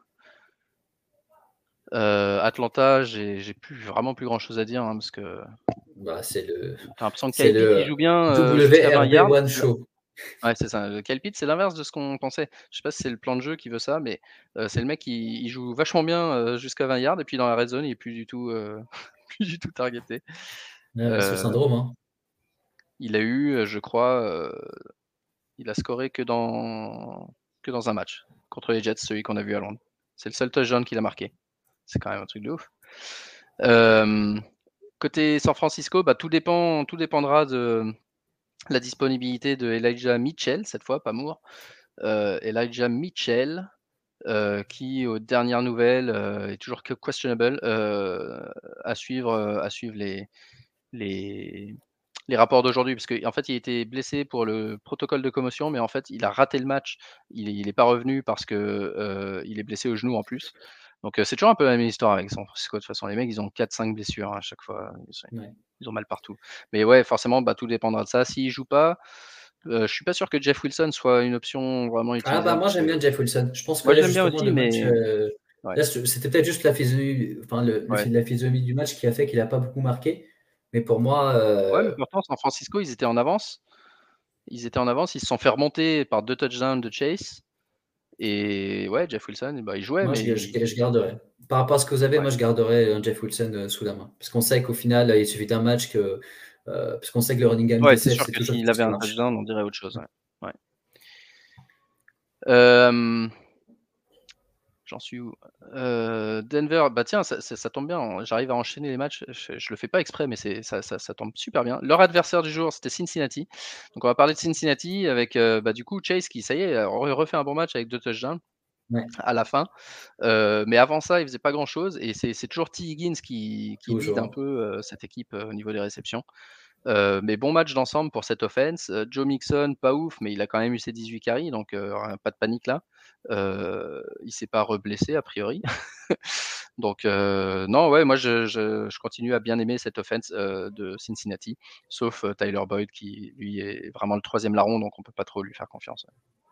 Atlanta, j'ai vraiment plus grand chose à dire, hein, parce que c'est t'as l'impression que c'est Kyle Pitts il le joue bien jusqu'à 20 yards. WRB1 Show. Ouais, c'est ça. Kyle Pitts, c'est l'inverse de ce qu'on pensait. Je sais pas si c'est le plan de jeu qui veut ça, mais c'est le mec qui joue vachement bien jusqu'à 20 yards, et puis dans la red zone, il est plus du tout, plus du tout targeté. Ouais, c'est le Euh, syndrome. Hein. il a eu, je crois, il a scoré que dans un match contre les Jets, celui qu'on a vu à Londres. C'est le seul touchdown qu'il a marqué. C'est quand même un truc de ouf. Côté San Francisco, tout dépendra de la disponibilité de Elijah Mitchell, cette fois, pas Moore. Elijah Mitchell, qui, aux dernières nouvelles, est toujours questionable, à suivre les les rapports d'aujourd'hui. Parce qu'en fait, il était blessé pour le protocole de commotion, mais en fait, il a raté le match. Il est pas revenu parce que, il est blessé au genou en plus. Donc, c'est toujours un peu la même histoire avec San Francisco. De toute façon, les mecs, ils ont 4-5 blessures à chaque fois. Ouais. Ils ont mal partout. Mais ouais, forcément, bah, tout dépendra de ça. S'il joue pas, je suis pas sûr que Jeff Wilson soit une option vraiment Ah bah utilisable moi parce j'aime que bien Jeff Wilson. Je pense que moi, je là l'aime bien justement aussi, le match, mais ouais, là c'était peut-être juste la physionomie, enfin ouais. la physionomie du match qui a fait qu'il a pas beaucoup marqué. Mais pour moi, Ouais, mais pourtant, San Francisco, ils étaient en avance. Ils étaient en avance, ils se sont fait remonter par 2 touchdowns de Chase et ouais, Jeff Wilson, bah, il jouait, moi mais je garderais. Par rapport à ce que vous avez, ouais. moi je garderais Jeff Wilson sous la main. Parce qu'on sait qu'au final, il suffit d'un match que, parce qu'on sait que le running game Ouais, c'est d'essai, sûr c'est que toujours quelque s'il chose avait qui un marche. touchdown, on dirait autre chose, ouais. Ouais. Hem, J'en suis où? Denver, bah, tiens, ça tombe bien, j'arrive à enchaîner les matchs, je le fais pas exprès, mais ça tombe super bien. Leur adversaire du jour, c'était Cincinnati. Donc on va parler de Cincinnati avec, bah, du coup, Chase qui, ça y est, refait un bon match avec 2 touchdowns Ouais, à la fin. Mais avant ça, il faisait pas grand-chose et c'est toujours T. Higgins qui lead un toujours. peu, cette équipe, au niveau des réceptions. Mais bon match d'ensemble pour cette offense. Joe Mixon, pas ouf, mais il a quand même eu ses 18 carries, donc pas de panique là. Il s'est pas reblessé a priori. Donc non, ouais, moi je continue à bien aimer cette offense, de Cincinnati, sauf, Tyler Boyd qui lui est vraiment le 3e larron, donc on peut pas trop lui faire confiance.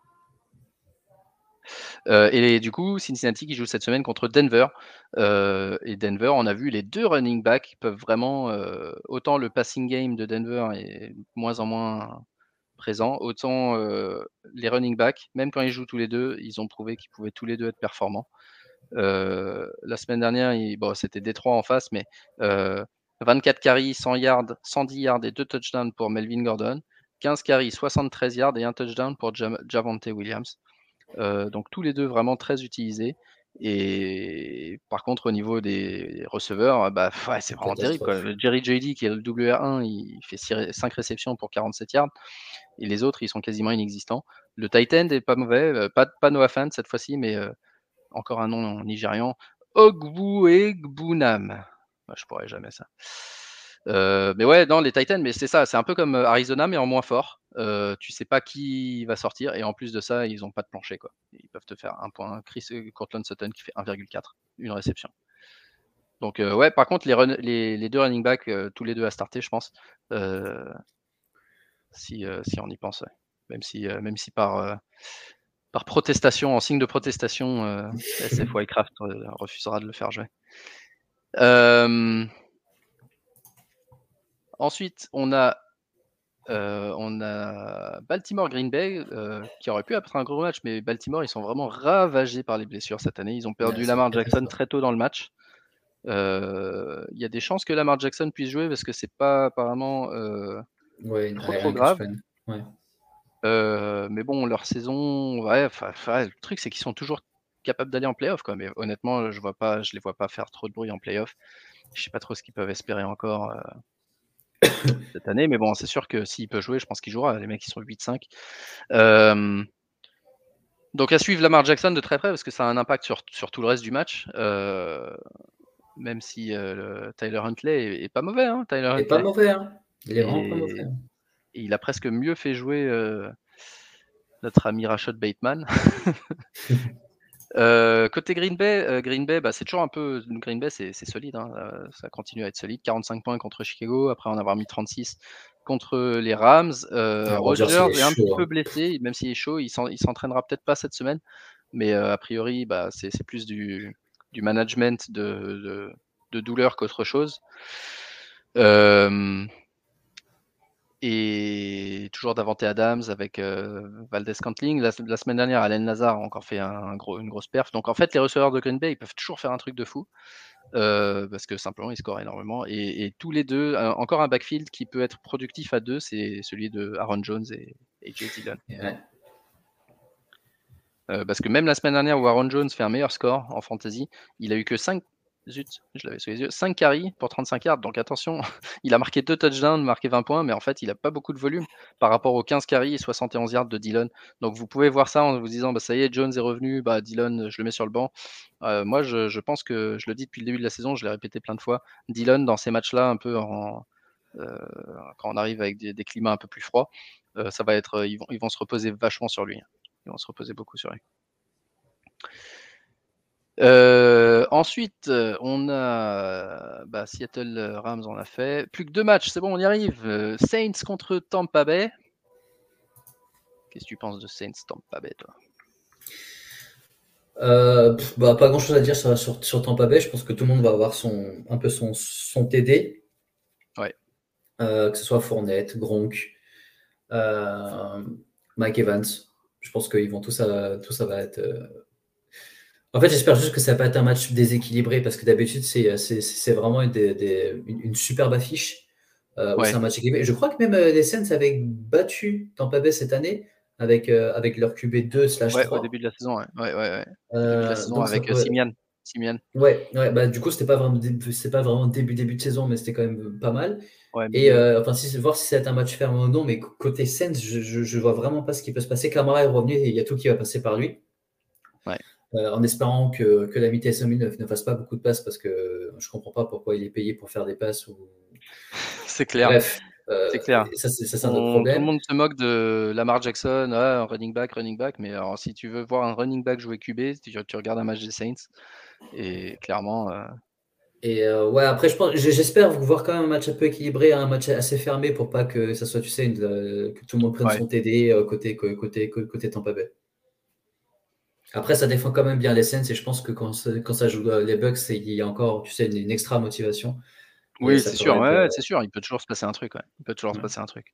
Et du coup, Cincinnati qui joue cette semaine contre Denver. Et Denver, on a vu les 2 running backs peuvent vraiment, autant le passing game de Denver est de moins en moins présent, autant, les running backs, même quand ils jouent tous les 2, ils ont prouvé qu'ils pouvaient tous les 2 être performants. La semaine dernière, bon, c'était Détroit en face, mais 24 carries, 100 yards, 110 yards et 2 touchdowns pour Melvin Gordon, 15 carries, 73 yards et 1 touchdown pour Javonte Williams. Donc tous les 2 vraiment très utilisés et par contre au niveau des receveurs, bah, ouais, c'est Une vraiment terrible, quoi. catastrophe. Jerry Jeudy qui est le WR1, il fait 5 réceptions pour 47 yards et les autres, ils sont quasiment inexistants. Le tight end est pas mauvais, pas Noah Fant cette fois-ci, mais encore un nom nigérian, Ogbuegbunam. Bah, je pourrais jamais ça. Mais ouais, non, les Titans, mais c'est ça, c'est un peu comme Arizona, mais en moins fort. Tu sais pas qui va sortir, et en plus de ça, ils ont pas de plancher, quoi. Ils peuvent te faire un point. Courtland Sutton qui fait 1,4, une réception. Donc ouais, par contre, les 2 running backs, tous les 2 à starter, je pense, si on y pense, ouais. Même si par protestation, en signe de protestation, SF Wildcraft refusera de le faire jouer. Ensuite, on a Baltimore Green Bay, qui aurait pu être un gros match, mais Baltimore, ils sont vraiment ravagés par les blessures cette année. Ils ont Ouais, perdu c'est une Lamar Jackson catastrophe. très tôt dans le match. Il y a des chances que Lamar Jackson puisse jouer parce que c'est pas apparemment Ouais, trop rien que je grave. prenne. Ouais. Mais bon, leur saison, ouais, le truc, c'est qu'ils sont toujours capables d'aller en playoff, quoi. Mais honnêtement, je les vois pas faire trop de bruit en playoff. Je sais pas trop ce qu'ils peuvent espérer encore cette année, mais bon, c'est sûr que s'il peut jouer, je pense qu'il jouera. Les mecs, ils sont 8-5. Donc à suivre Lamar Jackson de très près parce que ça a un impact sur tout le reste du match. Même si Tyler Huntley est pas mauvais, hein, Tyler Il est pas Huntley. mauvais, hein. Il est vraiment pas mauvais, Et, hein. et il a presque mieux fait jouer notre ami Rashad Bateman. Côté Green Bay, bah, c'est toujours un peu Green Bay, c'est solide, hein, ça continue à être solide. 45 points contre Chicago, après en avoir mis 36 contre les Rams. Ah, Rodgers, il Rodgers est est un petit chaud, peu hein. blessé, même s'il est chaud, il s'entraînera peut-être pas cette semaine, mais a priori, bah, c'est plus du management de douleur qu'autre chose. Hem Et toujours Davante Adams avec, Valdez-Scantling. La semaine dernière, Allen Lazard a encore fait une grosse perf. Donc en fait, les receveurs de Green Bay, ils peuvent toujours faire un truc de fou, parce que simplement, ils scorent énormément et tous les 2, encore un backfield qui peut être productif à 2, c'est celui de Aaron Jones et Jay Dillon. Ouais. Parce que même la semaine dernière où Aaron Jones fait un meilleur score en fantasy, il a eu que 5 Zut, je l'avais sous les yeux. 5 carries pour 35 yards, donc attention, il a marqué 2 touchdowns, marqué 20 points, mais en fait, il a pas beaucoup de volume par rapport aux 15 carries et 71 yards de Dillon. Donc vous pouvez voir ça en vous disant: «Bah, ça y est, Jones est revenu, bah, Dillon, je le mets sur le banc». Moi, je pense que je le dis depuis le début de la saison, je l'ai répété plein de fois, Dillon dans ces matchs-là un peu quand on arrive avec des climats un peu plus froids, ça va être, ils vont se reposer vachement sur lui, hein. Ils vont se reposer beaucoup sur lui. Ensuite, on a Seattle Rams, on l'a fait. Plus que 2 matchs, c'est bon, on y arrive. Saints contre Tampa Bay. Qu'est-ce que tu penses de Saints Tampa Bay, toi? Pas grand chose à dire sur Tampa Bay. Je pense que tout le monde va avoir un peu son TD. Ouais. Que ce soit Fournette, Gronk, Mike Evans. Je pense qu'ils vont tout ça va être. En fait, j'espère juste que ça va pas être un match déséquilibré parce que d'habitude, c'est vraiment une superbe affiche où c'est un match équilibré. Je crois que même les Saints avaient battu Tampa Bay cette année avec leur QB 2/3. Ouais, au début de la saison, ouais. Au début de la saison Donc ça avec peut. Simian. Ouais, du coup, c'était pas vraiment début de saison, mais c'était quand même pas mal. Ouais, Et milieu. voir si ça va être un match ferme ou non, mais côté Saints, je vois vraiment pas ce qui peut se passer. Camara est revenu et il y a tout qui va passer par lui. Ouais. En espérant que l'ami Taysom Hill ne fasse pas beaucoup de passes parce que je comprends pas pourquoi il est payé pour faire des passes. C'est clair. Bref, C'est clair. ça c'est un autre Tout le problème. monde se moque de Lamar Jackson, un running back. Mais alors, si tu veux voir un running back jouer QB, tu regardes un match des Saints. Et clairement, Et après, j'espère voir quand même un match un peu équilibré, un match assez fermé pour pas que ça soit, tu sais, que tout le monde prenne ouais. son TD côté Tampa Bay. Après, ça défend quand même bien les Saints et je pense que quand ça joue les Bucks, il y a encore, tu sais, une extra motivation et Oui, ça c'est sûr. pourrait être. Ouais, c'est sûr. Il peut toujours se passer un truc. Ouais. Il peut toujours se Ouais. passer un truc.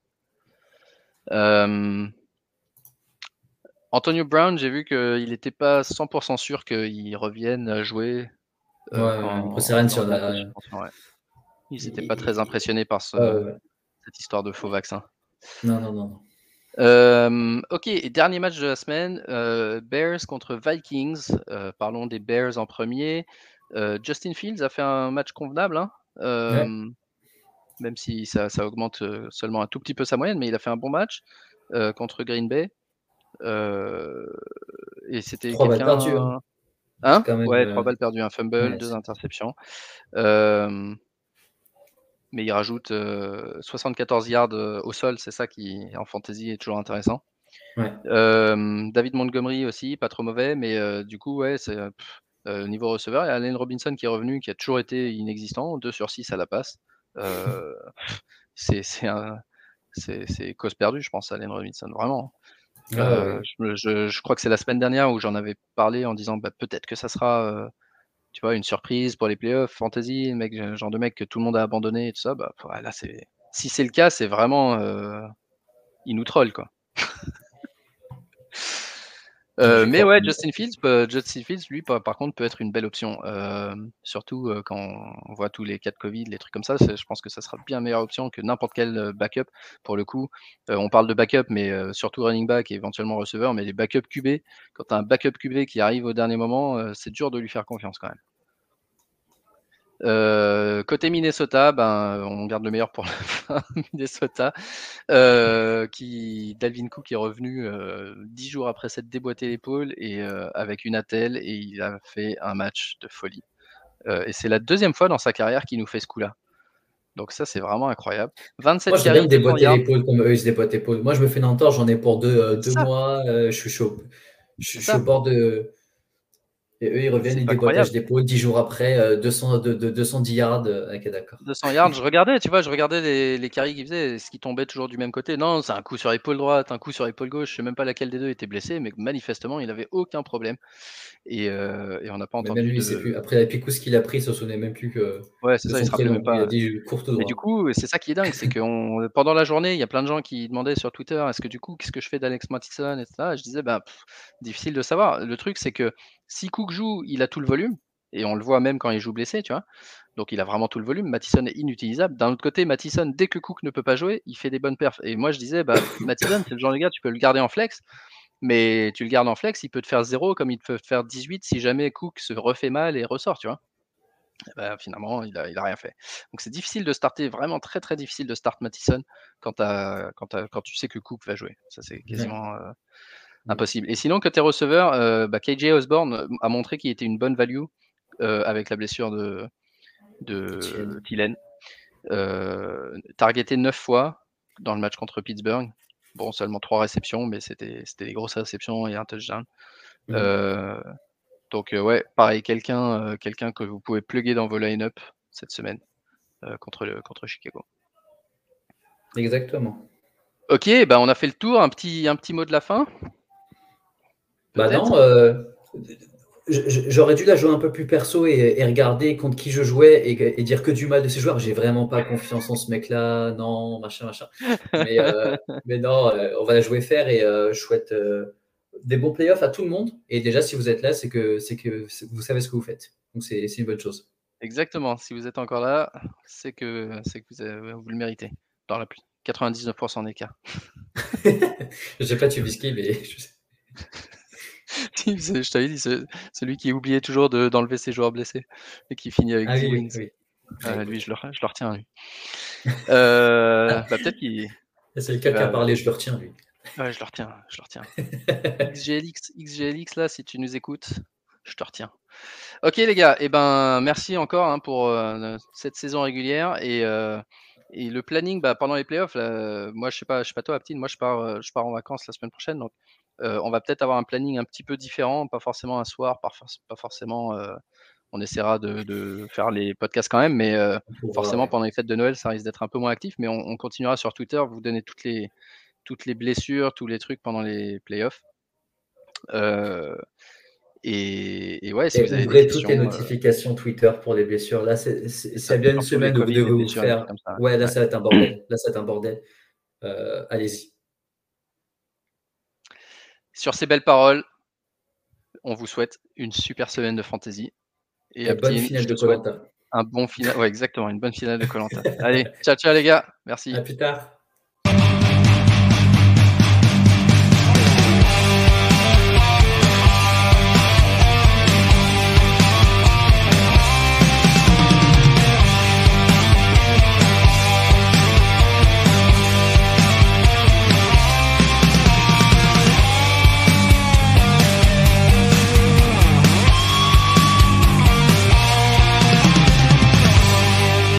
Antonio Brown, j'ai vu qu'il n'était pas 100% sûr qu'il revienne jouer Après, c'est quand rien il si on revient de a. sa suspension. Ouais. Ils n'étaient pas très il- impressionnés par ouais. cette histoire de faux vaccin. Non, non, non. Ok, et dernier match de la semaine, Bears contre Vikings. Parlons des Bears en premier. Justin Fields a fait un match convenable, hein. Ouais. Même si ça augmente seulement un tout petit peu sa moyenne, mais il a fait un bon match contre Green Bay. Et c'était 3 balles perdues, quelqu'un. c'est Hein? quand même. Ouais, 3 balles perdues, un fumble, Ouais, 2 interceptions. Mais il rajoute 74 yards au sol, c'est ça qui, en fantasy, est toujours intéressant. ouais. David Montgomery aussi, pas trop mauvais, mais du coup, ouais, c'est niveau receveur. Il y a Allen Robinson qui est revenu, qui a toujours été inexistant, 2 sur 6 à la passe. C'est cause perdue, je pense, Allen Robinson, vraiment. Ouais. Je crois que c'est la semaine dernière où j'en avais parlé en disant peut-être que ça sera tu vois, une surprise pour les playoffs, fantasy, genre de mec que tout le monde a abandonné et tout ça. Là, si c'est le cas, c'est vraiment il nous troll, quoi. J'y Mais crois ouais, pas. Justin Fields, lui, par contre, peut être une belle option. Surtout quand on voit tous les cas de Covid, les trucs comme ça. Je pense que ça sera bien meilleure option que n'importe quel backup. Pour le coup, on parle de backup, mais surtout running back et éventuellement receveur. Mais les backups QB, quand tu as un backup QB qui arrive au dernier moment, c'est dur de lui faire confiance quand même. Côté Minnesota, on garde le meilleur pour la fin. Minnesota, Dalvin Cook est revenu 10 jours après s'être déboîté l'épaule et avec une attelle, et il a fait un match de folie. Et c'est la deuxième fois dans sa carrière qu'il nous fait ce coup-là. Donc ça, c'est vraiment incroyable. 27 Moi, je veux bien carries, me 200 déboîter yards. l'épaule comme eux, ils se déboîtent l'épaule. Moi, je me fais une entorse, j'en ai pour deux C'est ça, mois. Je suis chaud. Je c'est suis ça. au bord de. Et eux, ils reviennent, C'est ils incroyable. déboîtage d'épaule 10 jours après, 210 yards. Ok, d'accord. 200 yards, je regardais les carries qu'il faisait, ce qui tombait toujours du même côté. Non, c'est un coup sur épaule droite, un coup sur épaule gauche. Je sais même pas laquelle des deux était blessé, mais manifestement, il avait aucun problème. Et on n'a pas Mais même entendu lui, il sait de. plus. Après la picouse qu'il a pris, il se souvenait même plus Ouais, c'est de ça, il son se rappelait même prénom. Il a pas. dit cours tout Mais du droit. coup, c'est ça qui est dingue, c'est que pendant la journée, il y a plein de gens qui demandaient sur Twitter, est-ce que du coup, qu'est-ce que je fais d'Alex Mattison, etc. Et je disais, difficile de savoir. Le truc, c'est que si Cook joue, il a tout le volume, et on le voit même quand il joue blessé, tu vois. Donc il a vraiment tout le volume. Mattison est inutilisable. D'un autre côté, Mattison, dès que Cook ne peut pas jouer, il fait des bonnes perfs. Et moi, je disais, Mattison, c'est le genre de gars, tu peux le garder en flex, mais tu le gardes en flex, il peut te faire 0 comme il peut te faire 18 si jamais Cook se refait mal et ressort, tu vois. Bah, finalement, il a rien fait. Donc c'est difficile de starter, vraiment très, très difficile de start Mattison quand tu sais que Cook va jouer. Ça, c'est Ouais. quasiment, Mmh. impossible. Et sinon, côté receveur, KJ Osborne a montré qu'il était une bonne value, avec la blessure de Etienne. Thielen. Targeté 9 fois dans le match contre Pittsburgh. Bon, seulement 3 réceptions, mais c'était des grosses réceptions et un touchdown. Mmh. Heu, donc ouais, pareil, quelqu'un que vous pouvez plugger dans vos line-up cette semaine, contre Chicago. Exactement. OK, bah, on a fait le tour. Un petit mot de la fin? Bah non, Peut-être? j'aurais dû la jouer un peu plus perso et regarder contre qui je jouais et dire que du mal de ces joueurs. J'ai vraiment pas confiance en ce mec-là, non, machin, machin. Mais, mais non, on va la jouer faire et je souhaite des bons playoffs à tout le monde. Et déjà, si vous êtes là, c'est que vous savez ce que vous faites. Donc c'est une bonne chose. Exactement, si vous êtes encore là, c'est que vous le méritez, dans la plus 99 des cas. Je sais pas tu vis qui, mais je sais. Je t'avais dit, celui qui oubliait toujours d'enlever ses joueurs blessés et qui finit avec Ah 10 oui, oui, wins. oui. Ah, Lui, écoute. je le retiens, lui. Bah, peut-être C'est le qu'il cas qui a va. parlé, je le retiens, lui. Ouais, je le retiens, je le retiens. XGLX là, si tu nous écoutes, je te retiens. OK les gars, et ben, merci encore, hein, pour, cette saison régulière et le planning, bah, pendant les playoffs là, moi je sais pas toi Aptine, moi je pars en vacances la semaine prochaine, donc on va peut-être avoir un planning un petit peu différent, pas forcément un soir, pas forcément, on essaiera de faire les podcasts quand même, mais On pourra, forcément ouais. pendant les fêtes de Noël, ça risque d'être un peu moins actif, mais on continuera sur Twitter, vous donner toutes les blessures, tous les trucs pendant les playoffs. Heu et ouais, si Et vous avez des ouvrez toutes les questions, notifications Twitter pour les blessures. Là, c'est c'est ça, bien une surtout les semaine où vous covid, devez les vous blessures, les trucs faire. comme ça, Ouais, là, ouais. ça va être un bordel. Là, ça va être un bordel. Allez-y. Sur ces belles paroles, on vous souhaite une super semaine de fantasy et Et bonne Aptine, je finale de te souhaite Koh-Lanta. un bon final, ouais, exactement, une bonne finale de koh. Allez, ciao, ciao les gars, merci. À plus tard.